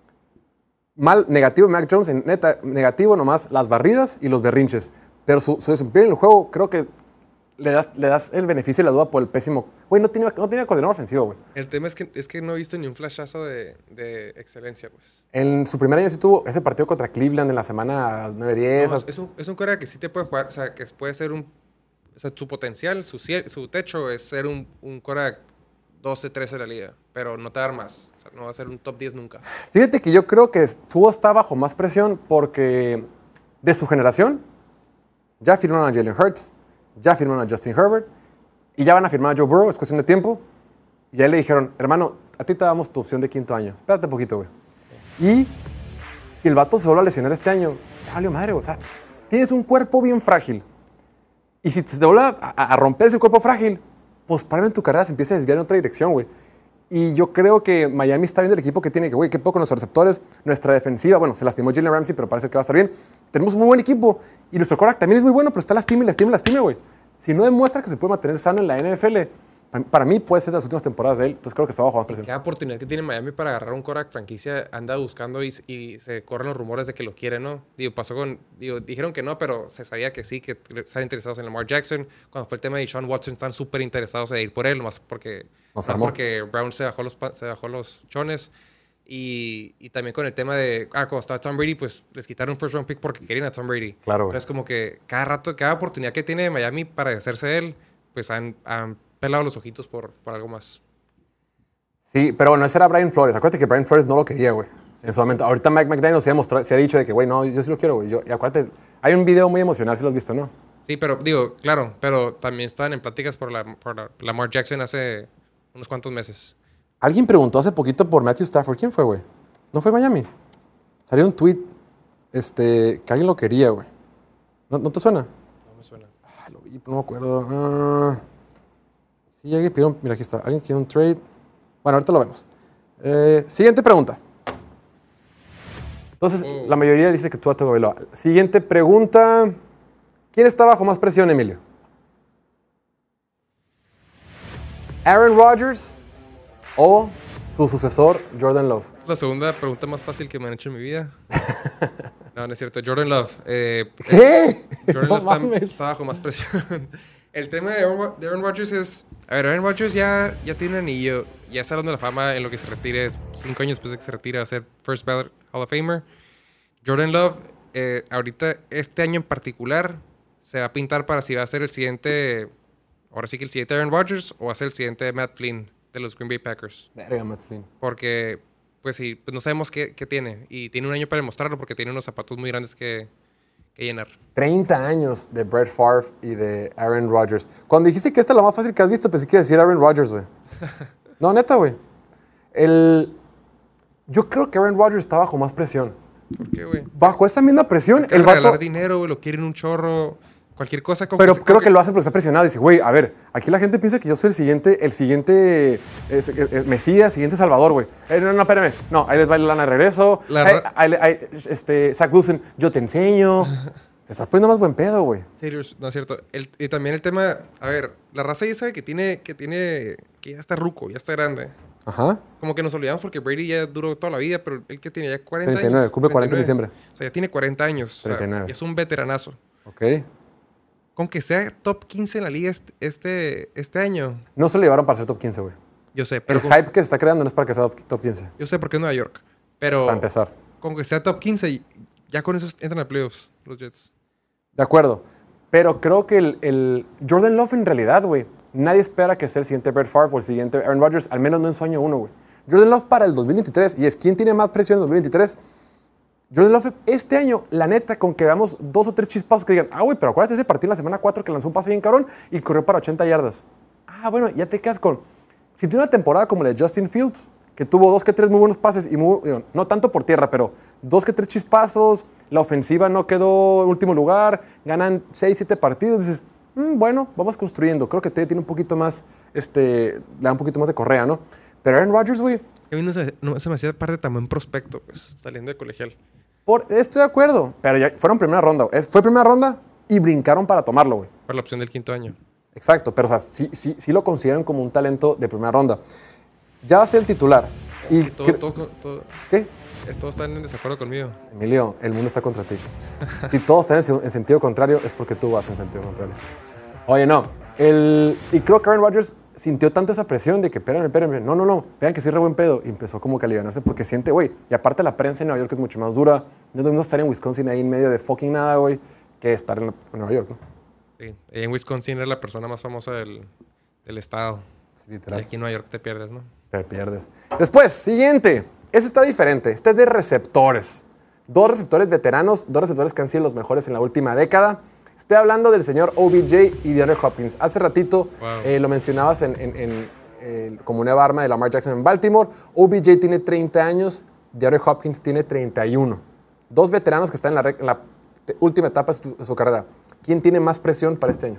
mal, negativo Mac Jones, en neta, negativo nomás las barridas y los berrinches. Pero su, su desempeño en el juego, creo que le das, le das el beneficio de la duda por el pésimo. Güey, no tenía, no tenía coordinador ofensivo, güey. El tema es que, es que no he visto ni un flashazo de, de excelencia, pues. En su primer año sí tuvo ese partido contra Cleveland en la semana nueve diez. No, es, es un, es un quarterback que sí te puede jugar, o sea, que puede ser un... O sea, su potencial, su, cie- su techo es ser un, un quarterback doce, trece de la liga, pero no te va a dar más. O sea, no va a ser un top diez nunca. Fíjate que yo creo que Tua está bajo más presión porque de su generación ya firmaron a Jalen Hurts, ya firmaron a Justin Herbert y ya van a firmar a Joe Burrow, es cuestión de tiempo. Y ahí le dijeron, hermano, a ti te damos tu opción de quinto año. Espérate un poquito, güey. Y si el vato se vuelve a lesionar este año, ya valió madre, güey. O sea, tienes un cuerpo bien frágil. Y si te vuelve a, a- a romper ese cuerpo frágil, pues probablemente tu carrera se empieza a desviar en otra dirección, güey. Y yo creo que Miami está viendo el equipo que tiene, que, güey, qué poco nuestros receptores, nuestra defensiva. Bueno, se lastimó Jalen Ramsey, pero parece que va a estar bien. Tenemos un muy buen equipo. Y nuestro quarterback también es muy bueno, pero está lastima y lastima y lastima, güey. Si no demuestra que se puede mantener sano en la N F L, Para mí puede ser de las últimas temporadas de él, entonces creo que está bajo más presión. Cada oportunidad que tiene Miami para agarrar un quarterback franquicia anda buscando y, y se corren los rumores de que lo quiere, ¿no? Digo, pasó con... Digo, dijeron que no, pero se sabía que sí, que estaban interesados en Lamar Jackson. Cuando fue el tema de Sean Watson, están súper interesados en ir por él, más porque, más porque Brown se bajó los, se bajó los chones. Y, y también con el tema de... Ah, cuando estaba Tom Brady, pues les quitaron un first round pick porque querían a Tom Brady. Claro, güey. Entonces, como que cada rato, cada oportunidad que tiene Miami para hacerse de él, pues han... han pelado los ojitos por, por algo más. Sí, pero bueno, ese era Brian Flores. Acuérdate que Brian Flores no lo quería, güey. Sí, en su momento. Ahorita Mike McDaniel se ha, mostrado, se ha dicho de que, güey, no, yo sí lo quiero, güey. Y acuérdate, hay un video muy emocional, si lo has visto, ¿no? Sí, pero digo, claro, pero también estaban en pláticas por, la, por la, Lamar Jackson hace unos cuantos meses. Alguien preguntó hace poquito por Matthew Stafford. ¿Quién fue, güey? ¿No fue Miami? Salió un tweet este, que alguien lo quería, güey. ¿No, ¿No te suena? No me suena. Ah, lo vi, no me acuerdo. Ah... Sí, alguien pidió un, mira, aquí está. Alguien quiere un trade. Bueno, ahorita lo vemos. Eh, siguiente pregunta. Entonces, oh. la mayoría dice que Tua Tagovailoa. Siguiente pregunta. ¿Quién está bajo más presión, Emilio? ¿Aaron Rodgers o su sucesor, Jordan Love? Es la segunda pregunta más fácil que me han hecho en mi vida. No, no es cierto. Jordan Love. Eh, ¿Qué? Jordan no Love está, está bajo más presión. El tema de Aaron, de Aaron Rodgers es... A ver, Aaron Rodgers ya, ya tiene un anillo. Ya está dando la fama en lo que se retire. Cinco años después de que se retire a ser First Ballot Hall of Famer. Jordan Love, eh, ahorita, este año en particular, se va a pintar para si va a ser el siguiente... Ahora sí que el siguiente Aaron Rodgers o va a ser el siguiente Matt Flynn de los Green Bay Packers. Verga, Matt Flynn. Porque, pues sí, pues no sabemos qué, qué tiene. Y tiene un año para demostrarlo porque tiene unos zapatos muy grandes que... que llenar. treinta años de Brett Favre y de Aaron Rodgers. Cuando dijiste que esta es la más fácil que has visto, pensé que iba a decir Aaron Rodgers, güey. No, neta, güey. El... Yo creo que Aaron Rodgers está bajo más presión. ¿Por qué, güey? Bajo esa misma presión, el vato... regalar dinero, güey, lo quieren un chorro, cualquier cosa. Con pero que creo que... que lo hace porque está presionado. Dice, güey, a ver, aquí la gente piensa que yo soy el siguiente, el siguiente eh, eh, Mesías, siguiente Salvador, güey. Eh, no, no, espérame. No, ahí les va el lana de regreso. La ahí, ahí, ahí, este, Zach Wilson, yo te enseño. Se estás poniendo más buen pedo, güey. No es cierto. El, y también el tema, a ver, la raza ya sabe que tiene, que tiene, que ya está ruco, ya está grande. Ajá. Como que nos olvidamos porque Brady ya duró toda la vida, pero él que tiene ya cuarenta treinta y nueve, años. Cumple cuarenta en diciembre. O sea, ya tiene cuarenta años. treinta y nueve. O sea, es un veteranazo. Ok. Con que sea top quince en la liga este, este, este año. No se lo llevaron para ser top quince, güey. Yo sé, pero... El con... hype que se está creando no es para que sea top quince. Yo sé, porque es Nueva York. Pero... Para empezar. Con que sea top quince, ya con eso entran a playoffs los Jets. De acuerdo. Pero creo que el, el Jordan Love en realidad, güey, nadie espera que sea el siguiente Brett Favre o el siguiente Aaron Rodgers, al menos no en su año uno, güey. Jordan Love para el dos mil veintitrés, y es quién tiene más presión en el dos mil veintitrés. Jordan Love este año, la neta, con que veamos dos o tres chispazos que digan, ah, güey, pero acuérdate de ese partido en la semana cuatro que lanzó un pase bien cabrón y corrió para ochenta yardas. Ah, bueno, ya te quedas con... Si tiene una temporada como la de Justin Fields, que tuvo dos que tres muy buenos pases y muy, digo, no tanto por tierra, pero dos que tres chispazos, la ofensiva no quedó en último lugar, ganan seis, siete partidos, dices, mmm, bueno, vamos construyendo. Creo que todavía tiene un poquito más, este, le da un poquito más de correa, ¿no? Pero Aaron Rodgers, güey... A mí no se, no se me hacía parte de tan buen prospecto, pues, saliendo de colegial. Por, estoy de acuerdo, pero ya fueron primera ronda. Fue primera ronda y brincaron para tomarlo, güey. Para la opción del quinto año. Exacto, pero o sea, sí, sí, sí lo consideran como un talento de primera ronda. Ya va a ser el titular. Y todo, que, todo, todo, ¿Qué? Todos están en desacuerdo conmigo. Emilio, el mundo está contra ti. Si todos están en, en sentido contrario, es porque tú vas en sentido contrario. Oye, no. El, y creo que Aaron Rodgers sintió tanto esa presión de que, espérenme, espérenme, no, no, no, vean que soy re buen pedo. Y empezó como que a aliviarse porque siente, güey, y aparte la prensa en Nueva York es mucho más dura. No es lo mismo estar en Wisconsin ahí en medio de fucking nada, güey, que estar en, la, en Nueva York, ¿no? Sí, en Wisconsin es la persona más famosa del, del estado. Sí, literal. Y aquí en Nueva York te pierdes, ¿no? Te pierdes. Después, siguiente. Este está diferente. Este es de receptores. Dos receptores veteranos, dos receptores que han sido los mejores en la última década. Estoy hablando del señor O B J y DeAndre Hopkins. Hace ratito wow. eh, lo mencionabas en, en, en, eh, como nueva arma de Lamar Jackson en Baltimore. O B J tiene treinta años, DeAndre Hopkins tiene treinta y uno. Dos veteranos que están en la, en la última etapa de su, de su carrera. ¿Quién tiene más presión para este año?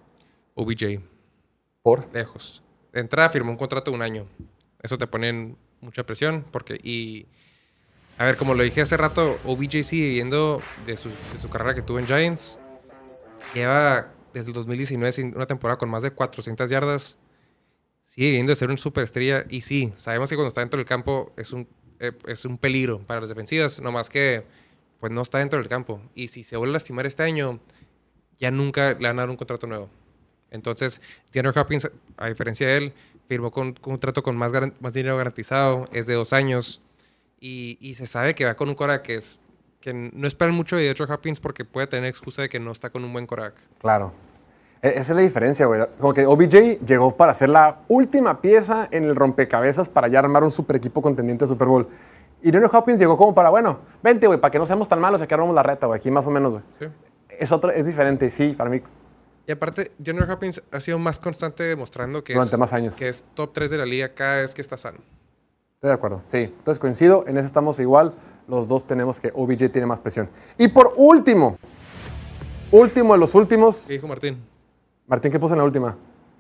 O B J. ¿Por? Lejos. De entrada firmó un contrato de un año. Eso te pone en mucha presión. Porque, y a ver, como lo dije hace rato, O B J sigue viviendo de su, de su carrera que tuvo en Giants. Lleva desde el dos mil diecinueve una temporada con más de cuatrocientas yardas. sigue viendo de ser una superestrella. Y sí, sabemos que cuando está dentro del campo es un, eh, es un peligro para las defensivas. Nomás que pues no está dentro del campo. Y si se vuelve a lastimar este año, ya nunca le van a dar un contrato nuevo. Entonces, DeAndre Hopkins, a diferencia de él, firmó con, con un contrato con más, garan, más dinero garantizado. Es de dos años. Y, y se sabe que va con un quarterback que es... que no esperan mucho de DeAndre Hopkins porque puede tener excusa de que no está con un buen quarterback. Claro. Esa es la diferencia, güey. Como que O B J llegó para ser la última pieza en el rompecabezas para ya armar un super equipo contendiente de Super Bowl. Y DeAndre Hopkins llegó como para, bueno, vente, güey, para que no seamos tan malos y aquí armamos la reta, güey. Aquí más o menos, güey. Sí. Es, otro, es diferente, sí, para mí. Y aparte, DeAndre Hopkins ha sido más constante demostrando que, Durante es, más años. que es top tres de la liga cada vez que está sano. Estoy de acuerdo, sí. Entonces coincido, en eso estamos igual. Los dos tenemos que O B J tiene más presión. Y por último, último de los últimos. ¿Qué dijo Martín? Martín, ¿qué puso en la última?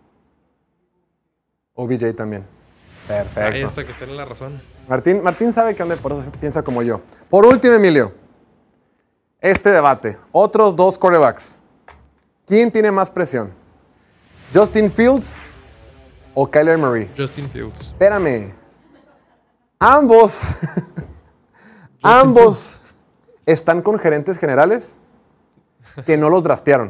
O B J también. Perfecto. Ahí está, que está en la razón. Martín, Martín sabe que anda, por eso piensa como yo. Por último, Emilio, este debate. Otros dos quarterbacks. ¿Quién tiene más presión? ¿Justin Fields o Kyler Murray? Justin Fields. Espérame. Ambos, ambos están con gerentes generales que no los draftearon.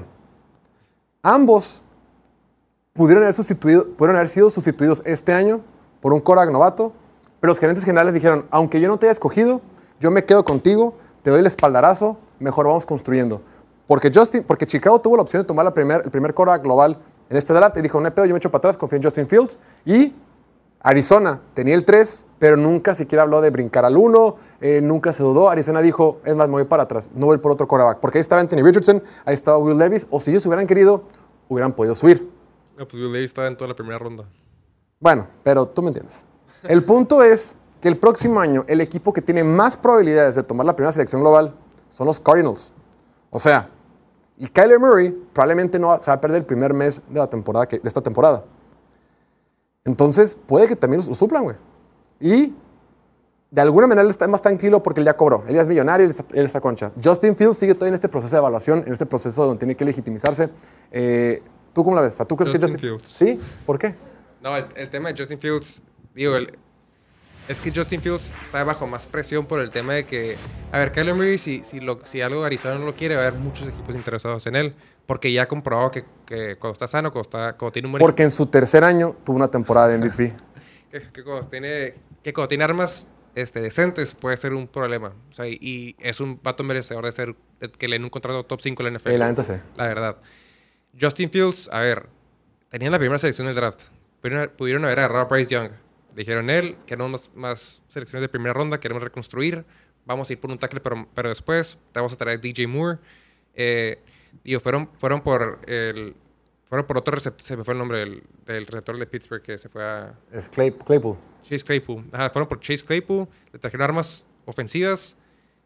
Ambos pudieron haber, sustituido, pudieron haber sido sustituidos este año por un quarterback novato, pero los gerentes generales dijeron, aunque yo no te haya escogido, yo me quedo contigo, te doy el espaldarazo, mejor vamos construyendo. Porque, Justin, porque Chicago tuvo la opción de tomar la primer, el primer quarterback global en este draft y dijo, no hay pedo, yo me echo para atrás, confío en Justin Fields. Y Arizona tenía el tres, pero nunca siquiera habló de brincar al uno, eh, nunca se dudó. Arizona dijo, es más, me voy para atrás, no voy por otro quarterback. Porque ahí estaba Anthony Richardson, ahí estaba Will Levis, o si ellos hubieran querido, hubieran podido subir. No, pues Will Levis estaba en toda la primera ronda. Bueno, pero tú me entiendes. El punto es que el próximo año el equipo que tiene más probabilidades de tomar la primera selección global son los Cardinals. O sea, y Kyler Murray probablemente no va, se va a perder el primer mes de, la temporada que, de esta temporada. Entonces, puede que también lo suplan, güey. Y de alguna manera él está más tranquilo porque él ya cobró. Él ya es millonario, él está, él está concha. Justin Fields sigue todavía en este proceso de evaluación, en este proceso donde tiene que legitimizarse. Eh, ¿Tú cómo la ves? O sea, ¿tú crees Justin que Justin Fields. ¿Sí? ¿Por qué? No, el, el tema de Justin Fields, digo, el, es que Justin Fields está bajo más presión por el tema de que, a ver, Kyler Murray, si, si, lo, si algo de Arizona no lo quiere, va a haber muchos equipos interesados en él, porque ya ha comprobado que, que cuando está sano, cuando, está, cuando tiene un buen Porque en su tercer año tuvo una temporada de M V P. que, que, cuando tiene, que cuando tiene armas este, decentes puede ser un problema. O sea, y, y es un vato merecedor de ser, de que le den un contrato top cinco en la N F L. Sí, la neta sí. La verdad. Justin Fields, a ver, tenían la primera selección del draft. Pudieron, pudieron haber agarrado a Bryce Young. Dijeron él, queremos más, más selecciones de primera ronda, queremos reconstruir, vamos a ir por un tackle, pero, pero después te vamos a traer D J Moore. Eh, digo, fueron, fueron por el... Fueron por otro receptor, se me fue el nombre del, del receptor de Pittsburgh que se fue a... Es Clay, Claypool. Chase Claypool. Ajá, fueron por Chase Claypool, le trajeron armas ofensivas.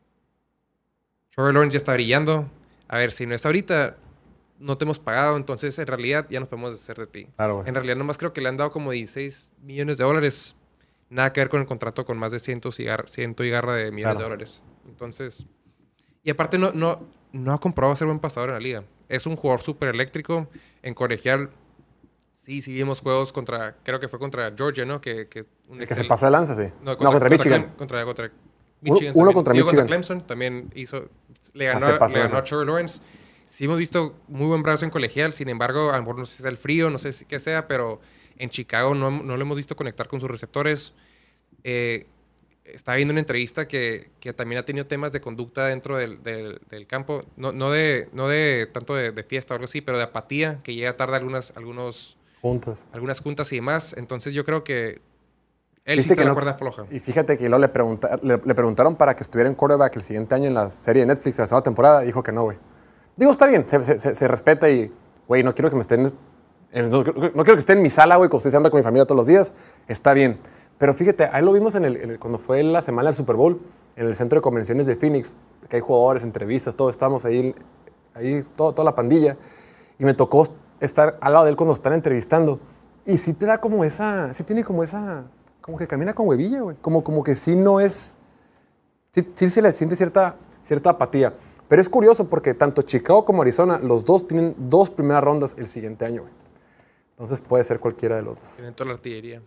Trevor Lawrence ya está brillando. A ver, si no es ahorita, no te hemos pagado, entonces en realidad ya nos podemos deshacer de ti. Claro, güey. En realidad nomás creo que le han dado como dieciséis millones de dólares. Nada que ver con el contrato con más de cien y garra, ciento y garra de millones Claro. de dólares. Entonces... Y aparte no, no, no ha comprobado ser buen pasador en la liga. Es un jugador súper eléctrico. En colegial, sí, sí vimos juegos contra... Creo que fue contra Georgia, ¿no? Que, que, un El que excel- se pasó de lanza, sí. No, No, contra, Michigan. Clem- contra, contra Uno- Michigan. uno también. contra Digo, Michigan. Clemson también hizo... Le Ah, ganó, se pasó le ese. ganó a Trevor Lawrence. Sí hemos visto muy buen brazo en colegial. Sin embargo, a lo mejor no sé si sea el frío, no sé si qué sea, pero en Chicago no, no lo hemos visto conectar con sus receptores. Eh, estaba viendo una entrevista que, que también ha tenido temas de conducta dentro del, del, del campo. No, no, de, no de tanto de, de fiesta o algo así, pero de apatía, que llega tarde a algunas, algunos, Juntas. algunas juntas y demás. Entonces yo creo que él sí Viste está que en la no- cuerda floja. Y fíjate que luego le, pregunta- le, le preguntaron para que estuviera en quarterback el siguiente año en la serie de Netflix, la segunda temporada, y dijo que no, güey. Digo, está bien, se, se- se respeta y, güey, no quiero que me estén... en- no, no quiero que esté en mi sala, güey, como estoy haciendo con mi familia todos los días. Está bien. Pero fíjate, ahí lo vimos en el, en el- cuando fue la semana del Super Bowl, en el centro de convenciones de Phoenix, que hay jugadores, entrevistas, todo, estamos ahí, ahí todo, toda la pandilla, y me tocó estar al lado de él cuando están entrevistando. Y sí te da como esa, sí tiene como esa, como que camina con huevilla, güey. Como, como que sí no es, sí, sí se le siente cierta, cierta apatía. Pero es curioso porque tanto Chicago como Arizona, los dos tienen dos primeras rondas el siguiente año, güey. Entonces puede ser cualquiera de los dos. Tienen toda la artillería.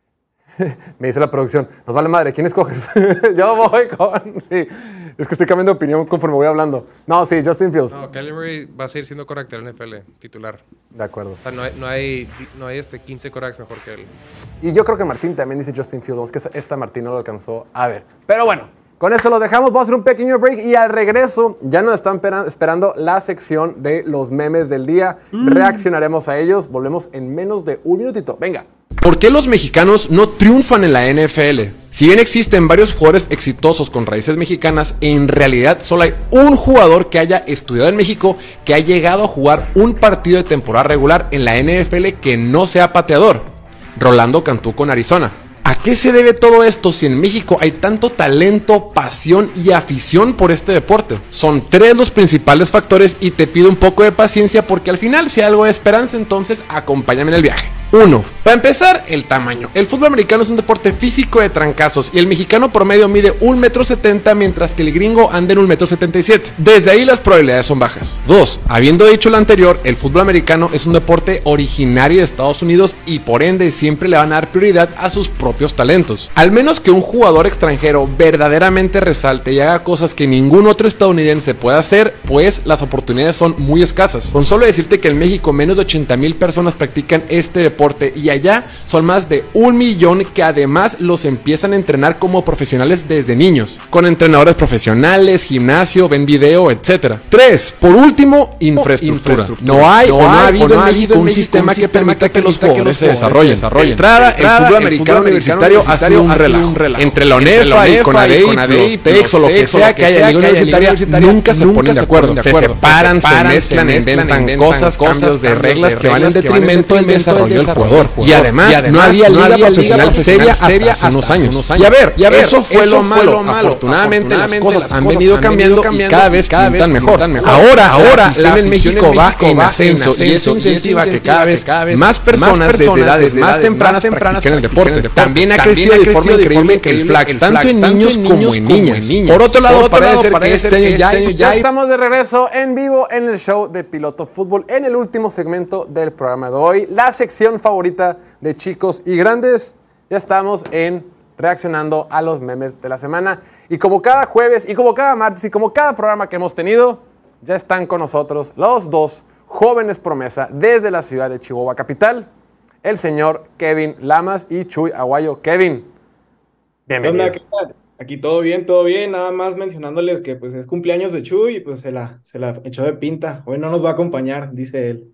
Me dice la producción, nos vale madre, ¿quién escoges? Yo voy con... Sí, es que estoy cambiando de opinión conforme voy hablando. No, sí, Justin Fields. No, Kyler Murray va a seguir siendo correcto en la N F L, titular. De acuerdo. O sea, no hay, no hay, no hay este quince corrects mejor que él. Y yo creo que Martín también dice Justin Fields, que esta Martín no lo alcanzó a ver. Pero bueno, con esto lo dejamos, vamos a hacer un pequeño break y al regreso ya nos están esperando la sección de los memes del día. Mm. Reaccionaremos a ellos, volvemos en menos de un minutito. Venga. ¿Por qué los mexicanos no triunfan en la N F L? Si bien existen varios jugadores exitosos con raíces mexicanas, en realidad solo hay un jugador que haya estudiado en México que ha llegado a jugar un partido de temporada regular en la N F L que no sea pateador. Rolando Cantú con Arizona. ¿A qué se debe todo esto si en México hay tanto talento, pasión y afición por este deporte? Son tres los principales factores y te pido un poco de paciencia porque al final si hay algo de esperanza, entonces acompáñame en el viaje. uno. Para empezar, el tamaño. El fútbol americano es un deporte físico de trancazos y el mexicano promedio mide un metro setenta mientras que el gringo anda en un metro setenta y siete. Desde ahí las probabilidades son bajas. dos. Habiendo dicho lo anterior, el fútbol americano es un deporte originario de Estados Unidos y por ende siempre le van a dar prioridad a sus propios talentos. Al menos que un jugador extranjero verdaderamente resalte y haga cosas que ningún otro estadounidense pueda hacer, pues las oportunidades son muy escasas. Con solo decirte que en México menos de ochenta mil personas practican este deporte y allá son más de un millón que además los empiezan a entrenar como profesionales desde niños, con entrenadores profesionales, gimnasio, ven video, etcétera. tres. Por último, infraestructura. infraestructura. No hay no o no ha habido no en México un sistema que permita que los jugadores se desarrollen. De entrada, el fútbol americano universitario ha sido un relajo. Entre la UNEFA y CONADEIP, los TECs o lo que sea que haya en la universitaria, nunca se ponen de acuerdo. Se separan, se mezclan, inventan cosas, cambios de reglas que van en detrimento del desarrollo del jugador. Y además, y además no había liga, no había profesional, liga profesional seria hasta hace unos años. unos años. Y a ver, y a ver eso, fue, eso lo fue lo malo. Afortunadamente, las cosas han venido cambiando y cada vez cada vez mejor. Ahora, ahora, la afición en México va en ascenso y eso incentiva que cada vez más personas de edades más tempranas practiquen el deporte. También ha crecido de forma increíble el flag, tanto en niños como en niñas. Por otro lado, parece ser que este año ya ya estamos de regreso en vivo en el show de Piloto Fútbol en el último segmento del programa de hoy, la sección favorita de chicos y grandes. Ya estamos en reaccionando a los memes de la semana y como cada jueves y como cada martes y como cada programa que hemos tenido, ya están con nosotros los dos jóvenes promesa desde la ciudad de Chihuahua capital, el señor Kevin Lamas y Chuy Aguayo. Kevin, bienvenido. ¿Qué onda? ¿Qué tal? Aquí todo bien, todo bien, nada más mencionándoles que pues es cumpleaños de Chuy y pues se la, se la echó de pinta. Hoy no nos va a acompañar, dice él.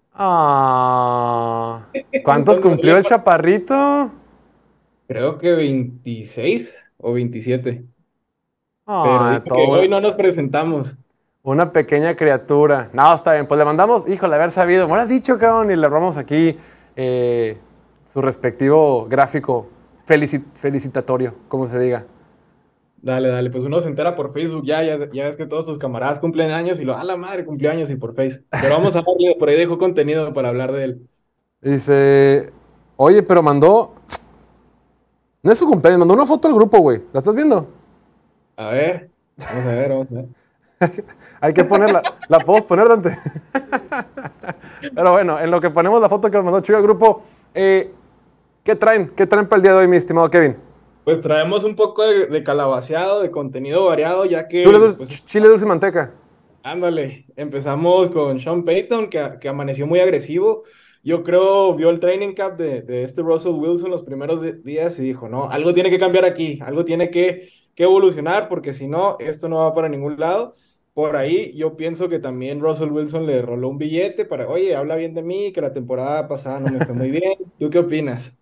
Ah, ¿cuántos Entonces, cumplió el chaparrito? Creo que veintiséis o veintisiete. Ah, Pero dijo que hoy no nos presentamos. Una pequeña criatura. No, está bien, pues le mandamos, híjole, haber sabido. Me lo has dicho, cabrón, y le robamos aquí eh, su respectivo gráfico felicit felicitatorio, como se diga. Dale, dale, pues uno se entera por Facebook, ya, ya, ya ves que todos tus camaradas cumplen años y lo, a la madre, cumpleaños y por Face. Pero vamos a darle, por ahí dejó contenido para hablar de él. Dice, oye, pero mandó, no es su cumpleaños, mandó una foto al grupo, güey. ¿La estás viendo? A ver, vamos a ver, vamos a ver. Hay que ponerla, ¿la podemos poner, Dante? Pero bueno, en lo que ponemos la foto que nos mandó Chuy al grupo, eh, ¿qué traen? ¿Qué traen para el día de hoy, mi estimado Kevin? Pues traemos un poco de, de calabaceado, de contenido variado, ya que... Chile dulce, pues, chile dulce y manteca. Ándale, empezamos con Sean Payton, que, que amaneció muy agresivo. Yo creo, vio el training camp de, de este Russell Wilson los primeros de, días y dijo, no, algo tiene que cambiar aquí, algo tiene que, que evolucionar, porque si no, esto no va para ningún lado. Por ahí yo pienso que también Russell Wilson le roló un billete para, oye, habla bien de mí, que la temporada pasada no me fue muy bien. ¿Tú qué opinas?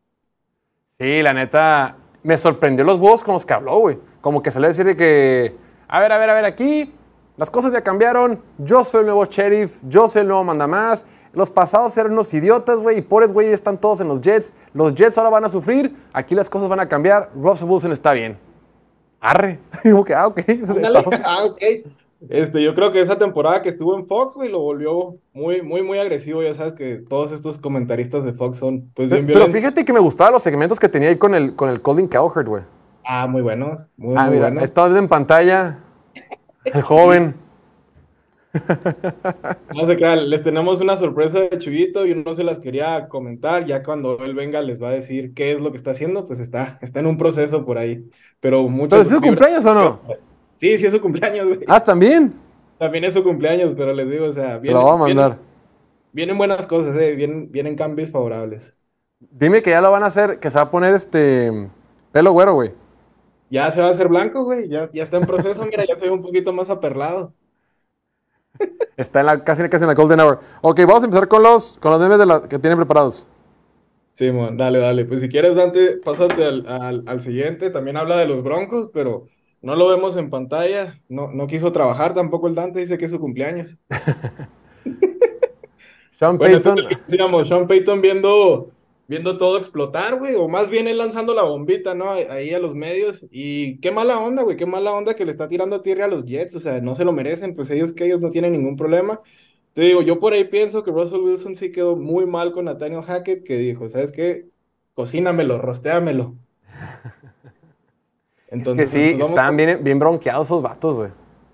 Sí, la neta, me sorprendió los huevos con los que habló, güey. Como que se le decir que, a ver, a ver, a ver, aquí las cosas ya cambiaron, yo soy el nuevo sheriff, yo soy el nuevo mandamás, los pasados eran unos idiotas, güey, y pobres güey están todos en los Jets, los Jets ahora van a sufrir, aquí las cosas van a cambiar, Russell Wilson está bien. Arre. Digo que, ah, ok. Dale, ah, ok. Este, yo creo que esa temporada que estuvo en Fox, güey, lo volvió muy, muy, muy agresivo. Ya sabes que todos estos comentaristas de Fox son, pues, bien pero, violentos. Pero fíjate que me gustaban los segmentos que tenía ahí con el, con el Colin Cowherd, güey. Ah, muy buenos. Muy, ah, muy mira, buenos. está en pantalla el joven. No se crean, les tenemos una sorpresa de Chuyito y no se las quería comentar. Ya cuando él venga les va a decir qué es lo que está haciendo, pues está, está en un proceso por ahí. Pero ¿Pero muchas es su vibras. cumpleaños o no? Sí, sí es su cumpleaños, güey. Ah, ¿también? También es su cumpleaños, pero les digo, o sea, Te lo voy a vienen, vienen, mandar. vienen buenas cosas, eh, vienen, vienen cambios favorables. Dime que ya lo van a hacer, que se va a poner este pelo güero, güey. Ya se va a hacer blanco, güey, ya, ya está en proceso, mira, ya se ve un poquito más aperlado. Está en la, casi, casi en la Golden Hour. Ok, vamos a empezar con los, con los memes de la, que tienen preparados. Sí, mon, dale, dale. Pues si quieres, Dante, pásate al, al, al siguiente. También habla de los Broncos, pero no lo vemos en pantalla. No, no quiso trabajar tampoco el Dante, dice que es su cumpleaños. Sean Bueno, esto es Payton. lo que decíamos, Sean Payton viendo, viendo todo explotar, güey, o más bien él lanzando la bombita, ¿no? Ahí ahí a los medios. Y qué mala onda, güey, qué mala onda que le está tirando tierra a los Jets, o sea, no se lo merecen, pues ellos que ellos no tienen ningún problema. Te digo, yo por ahí pienso que Russell Wilson sí quedó muy mal con Nathaniel Hackett, que dijo, ¿sabes qué? Cocínamelo, rostéamelo. Es que Entonces, sí, pues vamos, están bien, bien bronqueados esos vatos, güey.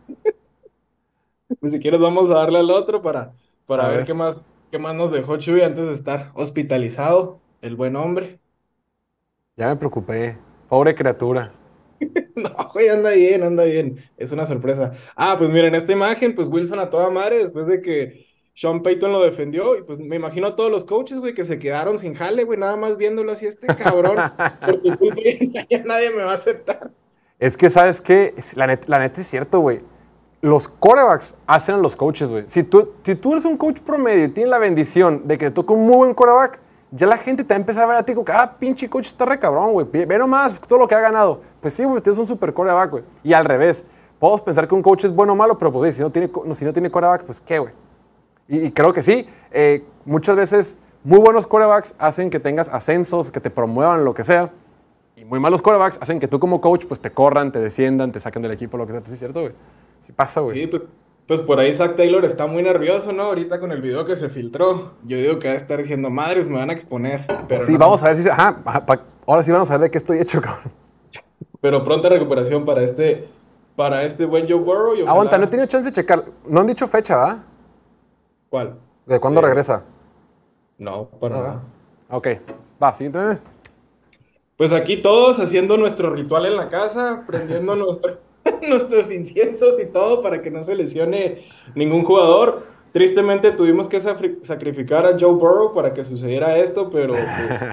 pues si quieres vamos a darle al otro para, A para ver ver. qué más, qué más nos dejó Chuy antes de estar hospitalizado, el buen hombre. Ya me preocupé. Pobre criatura. No, güey, anda bien, anda bien. Es una sorpresa. Ah, pues miren, esta imagen, pues Wilson a toda madre, después de que Sean Payton lo defendió, y pues me imagino a todos los coaches, güey, que se quedaron sin jale, güey, nada más viéndolo así, este cabrón, por tu culpa ya, ya nadie me va a aceptar. Es que, ¿sabes qué? Es- La neta, la neta es cierto, güey. Los quarterbacks hacen a los coaches, güey. Si tú, si tú eres un coach promedio y tienes la bendición de que te toque un muy buen quarterback, ya la gente te va a empezar a ver a ti como que, ah, pinche coach está re cabrón, güey. Ve ve nomás todo lo que ha ganado. Pues sí, güey, usted es un super quarterback, güey. Y al revés. Podemos pensar que un coach es bueno o malo, pero pues, güey, si no tiene, co- no, si no tiene quarterback, pues qué, güey. Y, y creo que sí. eh, muchas veces, muy buenos quarterbacks hacen que tengas ascensos, que te promuevan, lo que sea. Y muy malos quarterbacks hacen que tú como coach, pues te corran, te desciendan, te saquen del equipo, lo que sea. Pues sí, es cierto, güey. Sí pasa, güey. Sí, pues, pues por ahí Zach Taylor está muy nervioso, ¿no? Ahorita con el video que se filtró. Yo digo que va a estar diciendo, madres, me van a exponer. Pero Pues sí, no. vamos a ver si... Ajá, ajá, pa- ahora sí vamos a ver de qué estoy hecho, cabrón. Pero pronta recuperación para este, para este buen Joe Burrow. Y ojalá- Aguanta, no he tenido chance de checar. No han dicho fecha, ¿verdad? ¿Cuál? ¿De cuándo Eh, regresa? No, para Ah, nada. ok. Va, siguiente meme. Pues aquí todos haciendo nuestro ritual en la casa, prendiendo nuestro, nuestros inciensos y todo para que no se lesione ningún jugador. Tristemente tuvimos que safri- sacrificar a Joe Burrow para que sucediera esto, pero pues...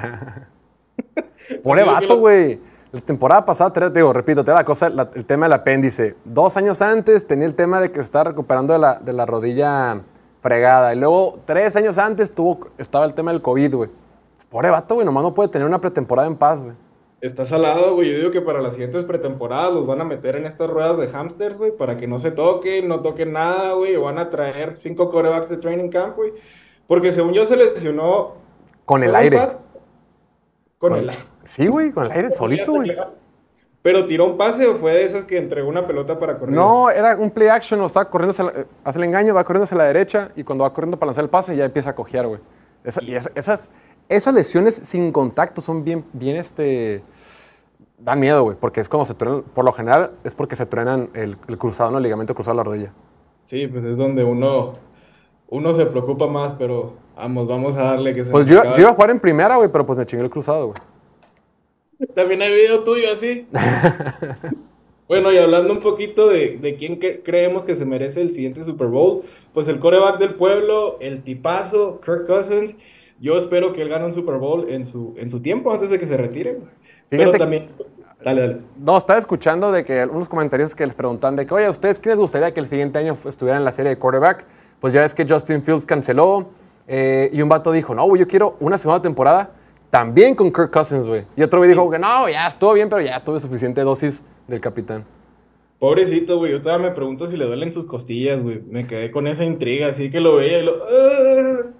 Pobre digo que vato, lo- güey. La temporada pasada, te digo, repito, te da la cosa, la- el tema del apéndice. Dos años antes tenía el tema de que se estaba recuperando de la, de la rodilla fregada. Y luego, tres años antes, tuvo, estaba el tema del COVID, güey. Pobre vato, güey. Nomás no puede tener una pretemporada en paz, güey. Está salado, güey. Yo digo que para las siguientes pretemporadas los van a meter en estas ruedas de hamsters, güey, para que no se toquen, no toquen nada, güey. O van a traer cinco corebacks de training camp, güey. Porque según yo se lesionó... Con el ¿fue un aire. pas? Con el aire. Sí, güey, con el aire solito, güey. ¿Pero tiró un pase o fue de esas que entregó una pelota para correr? No, era un play action, o estaba corriendo, hacia la- eh, hace el engaño, va corriendo hacia la derecha y cuando va corriendo para lanzar el pase ya empieza a cojear, güey. Esa- y esa- esas, esas lesiones sin contacto son bien, bien, este, dan miedo, güey, porque es cuando se truenan, por lo general es porque se truenan el, el cruzado, ¿no? El ligamento cruzado de la rodilla. Sí, pues es donde uno, uno se preocupa más, pero vamos, vamos a darle que se Pues nos yo, acaba. yo iba a jugar en primera, güey, pero pues me chingué el cruzado, güey. También hay video tuyo así. Bueno, y hablando un poquito de, de quién cre- creemos que se merece el siguiente Super Bowl, pues el quarterback del pueblo, el tipazo, Kirk Cousins. Yo espero que él gane un Super Bowl en su, en su tiempo, antes de que se retire, güey. Pero Fíjate que- también... Dale, dale. No, estaba escuchando de que unos comentarios que les preguntan de que, oye, ¿a ustedes qué les gustaría que el siguiente año fu- estuviera en la serie de quarterback? Pues ya ves que Justin Fields canceló eh, y un vato dijo, no, güey, yo quiero una segunda temporada también con Kirk Cousins, güey. Y otro güey dijo que no, ya estuvo bien, pero ya tuve suficiente dosis del capitán. Pobrecito, güey. Yo todavía me pregunto si le duelen sus costillas, güey. Me quedé con esa intriga, así que lo veía y lo... ¡Ah!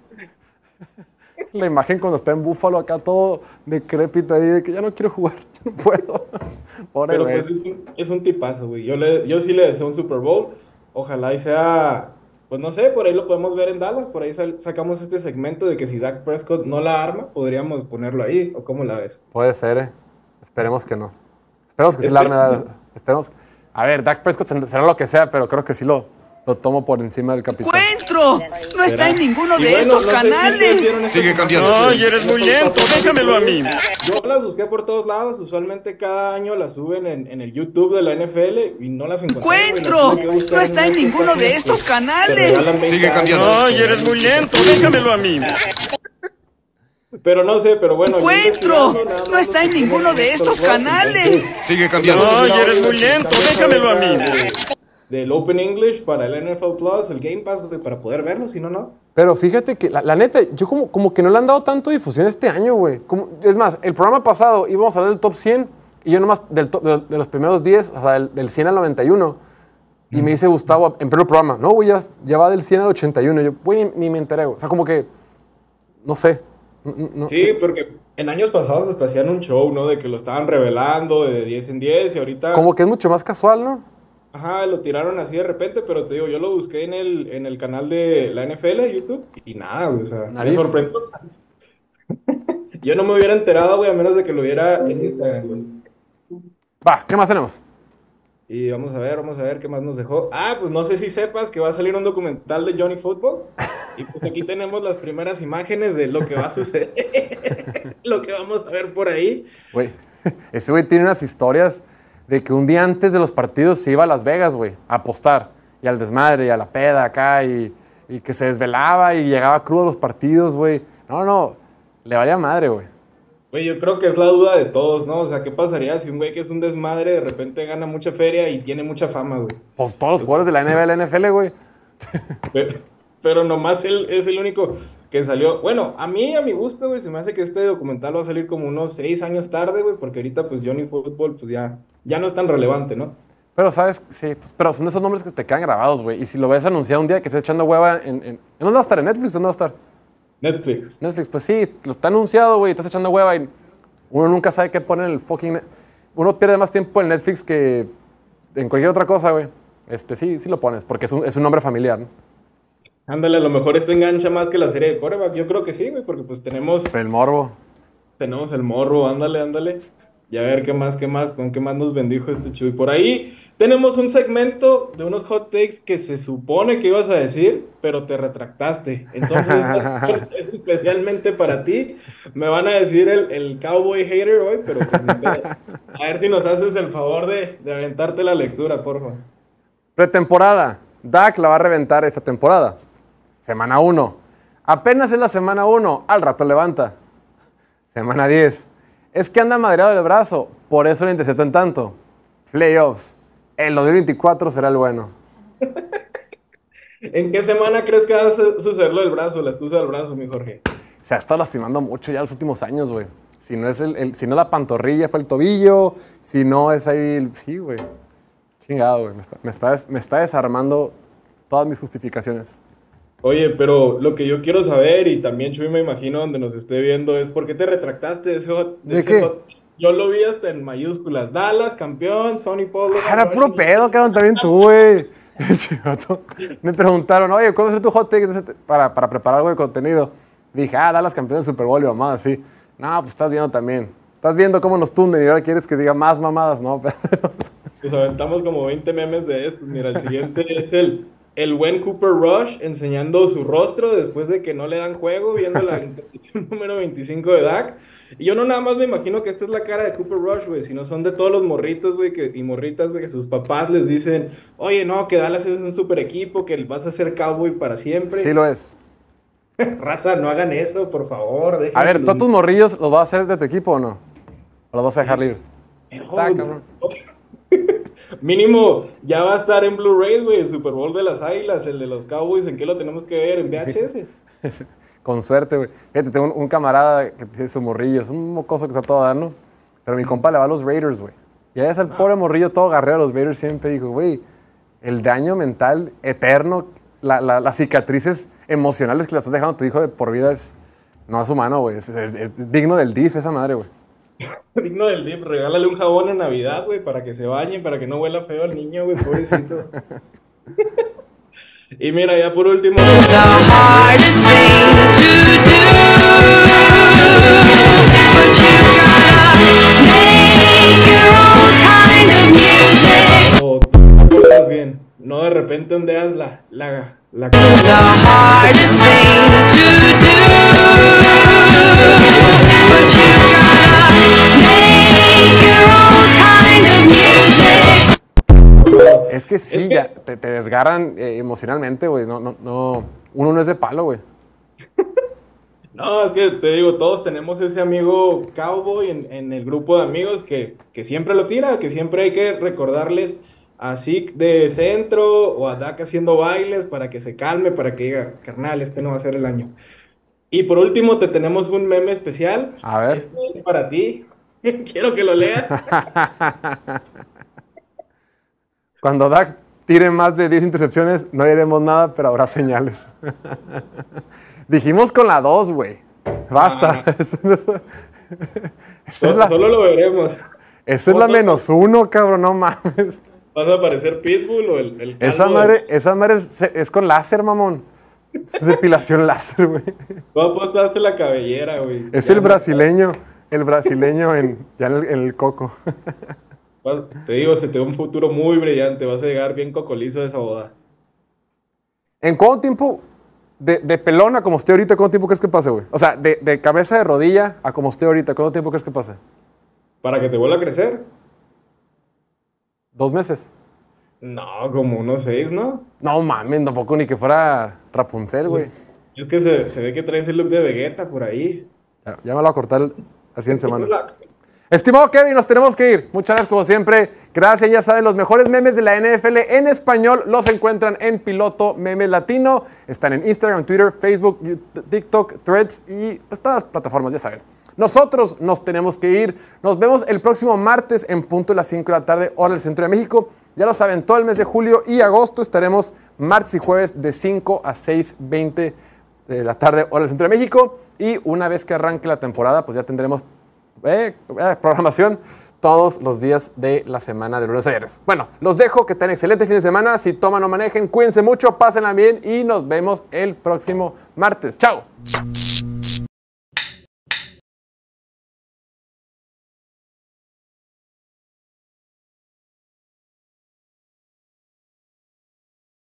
La imagen cuando está en Búfalo acá todo decrépito ahí de que ya no quiero jugar, no puedo. Pobre Pero güey. pues es un, es un tipazo, güey. Yo, le, yo sí le deseo un Super Bowl. Ojalá y sea, pues no sé, por ahí lo podemos ver en Dallas. Por ahí sal- sacamos este segmento de que si Dak Prescott no la arma, podríamos ponerlo ahí. ¿O cómo la ves? Puede ser, ¿eh? Esperemos que no. Esperemos que sí la arme. Esperemos. Esperemos. A ver, Dak Prescott será lo que sea, pero creo que sí lo, lo tomo por encima del capitán. ¡Encuentro! No está en ninguno Y de bueno, estos no sé si ustedes canales. vieron esas Sigue cambiando. imágenes Ay, de- eres de muy estos lento, patos déjamelo a mí. Yo las busqué por todos lados. Usualmente cada año las suben en, en el YouTube de la N F L y no las encontré. güey, las ¡Encuentro! tuve que buscar No está en estas ninguno de páginas estos que canales. te regalan veinte Sigue cambiando. años. Ay, eres muy lento, déjamelo a mí. Pero no sé, pero bueno. yo ¡Encuentro! investigando, nada No más está los en que ninguno tienen de estos estos juegos, canales. entonces, Sigue cambiando. Ay, eres muy lento, déjamelo a mí. de- Del Open English para el N F L Plus, el Game Pass, güey, para poder verlo, si no, no. Pero fíjate que, la, la neta, yo como, como que no le han dado tanto difusión este año, güey. Como- Es más, el programa pasado íbamos a hablar del top cien y yo nomás del top- de, de los primeros diez, o sea, del, del cien al noventa y uno. Y me dice Gustavo, en pleno programa, no, güey, ya, ya va del cien al ochenta y uno. Y yo, güey, ni, ni me enteré, güey. O sea, como que, no sé. No- no- Sí, porque en años pasados hasta hacían un show, ¿no? De que lo estaban revelando de diez en diez y ahorita... Como que es mucho más casual, ¿no? Ajá, lo tiraron así de repente, pero te digo, yo lo busqué en el, en el canal de la N F L, YouTube, y nada, güey, o sea, Nariz. me sorprendió. Yo no me hubiera enterado, güey, a menos de que lo viera en Instagram, güey. Va, ¿qué más tenemos? Y vamos a ver, vamos a ver qué más nos dejó. Ah, pues no sé si sepas que va a salir un documental de Johnny Football. Y pues aquí tenemos las primeras imágenes de lo que va a suceder, lo que vamos a ver por ahí. Güey, ese güey tiene unas historias de que un día antes de los partidos se iba a Las Vegas, güey, a apostar. Y al desmadre, y a la peda acá, y, y que se desvelaba y llegaba crudo a los partidos, güey. No, no, le valía madre, güey. Güey, yo creo que es la duda de todos, ¿no? O sea, ¿qué pasaría si un güey que es un desmadre de repente gana mucha feria y tiene mucha fama, güey? Pues todos los jugadores de la N B L, N F L, güey. Pero, pero nomás él es el único que salió. Bueno, a mí, a mi gusto, güey, se me hace que este documental va a salir como unos seis años tarde, güey, porque ahorita, pues, Johnny Football, pues, ya, ya no es tan relevante, ¿no? Pero, ¿sabes? Sí, pues, pero son de esos nombres que te quedan grabados, güey. Y si lo ves anunciado un día que esté echando hueva en... en ¿en dónde va a estar? ¿En Netflix? ¿Dónde va a estar? Netflix. Netflix, pues sí, lo está anunciado, güey, estás echando hueva y uno nunca sabe qué poner en el fucking... net- Uno pierde más tiempo en Netflix que en cualquier otra cosa, güey. Este, sí, sí lo pones, porque es un, es un nombre familiar, ¿no? Ándale, a lo mejor esto engancha más que la serie de quarterback. Yo creo que sí, güey, porque pues tenemos, El morbo. tenemos el morro, ándale, ándale. Y a ver qué más, qué más, con qué más nos bendijo este Chuy. Por ahí tenemos un segmento de unos hot takes que se supone que ibas a decir, pero te retractaste. Entonces, es especialmente para ti. Me van a decir el, el cowboy hater hoy, pero pues ni pedo. A ver si nos haces el favor de, de aventarte la lectura, por favor. Pretemporada. Dak la va a reventar esta temporada. Semana uno. Apenas es la semana uno. Al rato levanta. Semana diez. Es que anda madreado del brazo. Por eso le interceptan tanto. Playoffs. El dos mil veinticuatro será el bueno. ¿En qué semana crees que va a su- suceder lo del brazo, la excusa del brazo, mi Jorge? Se ha estado lastimando mucho ya los últimos años, güey. Si no es el, el- si no la pantorrilla, fue el tobillo. Si no es ahí... el- sí, güey. Chingado, güey. Me está, me, está des- me está desarmando todas mis justificaciones. Oye, pero lo que yo quiero saber, y también Chuy me imagino donde nos esté viendo, es ¿por qué te retractaste de ese hot? ¿De ese qué? hot? Yo lo vi hasta en mayúsculas. Dallas, campeón, Tony Pollard. Ah, era puro pedo, cabrón, también tú, güey. Chivato. Me preguntaron, oye, ¿cuál va a ser tu hot take de ese te- para, para preparar algo de contenido? Dije, ah, Dallas campeón del Super Bowl y mamadas, sí. No, pues estás viendo también. Estás viendo cómo nos tunden y ahora quieres que diga más mamadas, ¿no? Pues aventamos como veinte memes de estos. Mira, el siguiente es el, el buen Cooper Rush enseñando su rostro después de que no le dan juego, viendo la intercepción número veinticinco de Dak. Y yo no nada más me imagino que esta es la cara de Cooper Rush, güey, sino son de todos los morritos, güey, que, y morritas, güey, que sus papás les dicen, oye, no, que Dallas es un super equipo, que vas a ser cowboy para siempre. Sí lo es. Raza, no hagan eso, por favor. déjenme A ver, que ¿todos los- tus morrillos los vas a hacer de tu equipo o no? ¿O los vas a dejar libres? No, Está, cabrón. Mínimo, ya va a estar en Blu-ray, güey, el Super Bowl de las Águilas, el de los Cowboys, ¿en qué lo tenemos que ver? ¿En V H S? Con suerte, güey. Fíjate, tengo un, un camarada que tiene su morrillo. Es un mocoso que está todo dando. Pero mi compa le va a los Raiders, güey. Y ahí es el pobre morrillo todo garreo a los Raiders. Siempre dijo, güey, el daño mental eterno, la- la- las cicatrices emocionales que le estás dejando a tu hijo de por vida es... No es humano, güey. Es, es- es digno del D I F esa madre, güey. Digno del dip, regálale un jabón en Navidad, güey, para que se bañe, para que no huela feo al niño, güey, pobrecito. Y mira, ya por último... The hardest thing to do, but you gotta make your own kind of music. O tú te acuerdas bien, no de repente ondeas la... la, la... The hardest thing to do, but you gotta make your own kind of music. Es que sí, Es que- ya te, te desgarran eh, emocionalmente, güey. No, no, no. Uno no es de palo, güey. No, es que te digo, todos tenemos ese amigo cowboy en, en el grupo de amigos que, que siempre lo tira, que siempre hay que recordarles a Zeke de centro o a Dak haciendo bailes para que se calme, para que diga, carnal, este no va a ser el año. Y por último, te tenemos un meme especial. A ver. Este es para ti. Quiero que lo leas. Cuando Dak tire más de diez intercepciones, no diremos nada, pero habrá señales. Dijimos con la dos, güey. Basta. Ah. Eso no es- esa es Solo, la, solo lo veremos. esa es la Otro- menos uno, cabrón, no mames. ¿Vas a aparecer Pitbull o el, el Esa calvo madre, de- esa madre es, es con láser, mamón. Es depilación láser, güey. Tú apostaste la cabellera, güey. Es Ya el no- brasileño. El brasileño en, ya en el, en el coco. vas- Te digo, se te ve un futuro muy brillante. Vas a llegar bien cocolizo de esa boda. ¿En cuánto tiempo, de, de pelón a como estoy ahorita, cuánto tiempo crees que pase, güey? O sea, de, de cabeza de rodilla a como estoy ahorita, ¿cuánto tiempo crees que pase? ¿Para que te vuelva a crecer? ¿Dos meses? No, como unos seis, ¿no? No mames, tampoco ni que fuera Rapunzel, güey. Es que se, se ve que traes el look de Vegeta por ahí. Ya, ya me lo voy a cortar el- la siguiente semana. Estimado Kevin, nos tenemos que ir. Muchas gracias como siempre. Gracias, ya saben, los mejores memes de la N F L en español los encuentran en Piloto Memes Latino. Están en Instagram, Twitter, Facebook, YouTube, TikTok, Threads y pues, todas las plataformas, ya saben. Nosotros nos tenemos que ir. Nos vemos el próximo martes en punto de las cinco de la tarde, hora del Centro de México. Ya lo saben, todo el mes de julio y agosto estaremos martes y jueves de cinco a seis veinte de la tarde, hora del Centro de México. Y una vez que arranque la temporada, pues ya tendremos eh, eh, programación todos los días de la semana de lunes a viernes. Bueno, los dejo, que tengan excelente fin de semana. Si toman o manejen, cuídense mucho, pásenla bien y nos vemos el próximo martes. ¡Chao!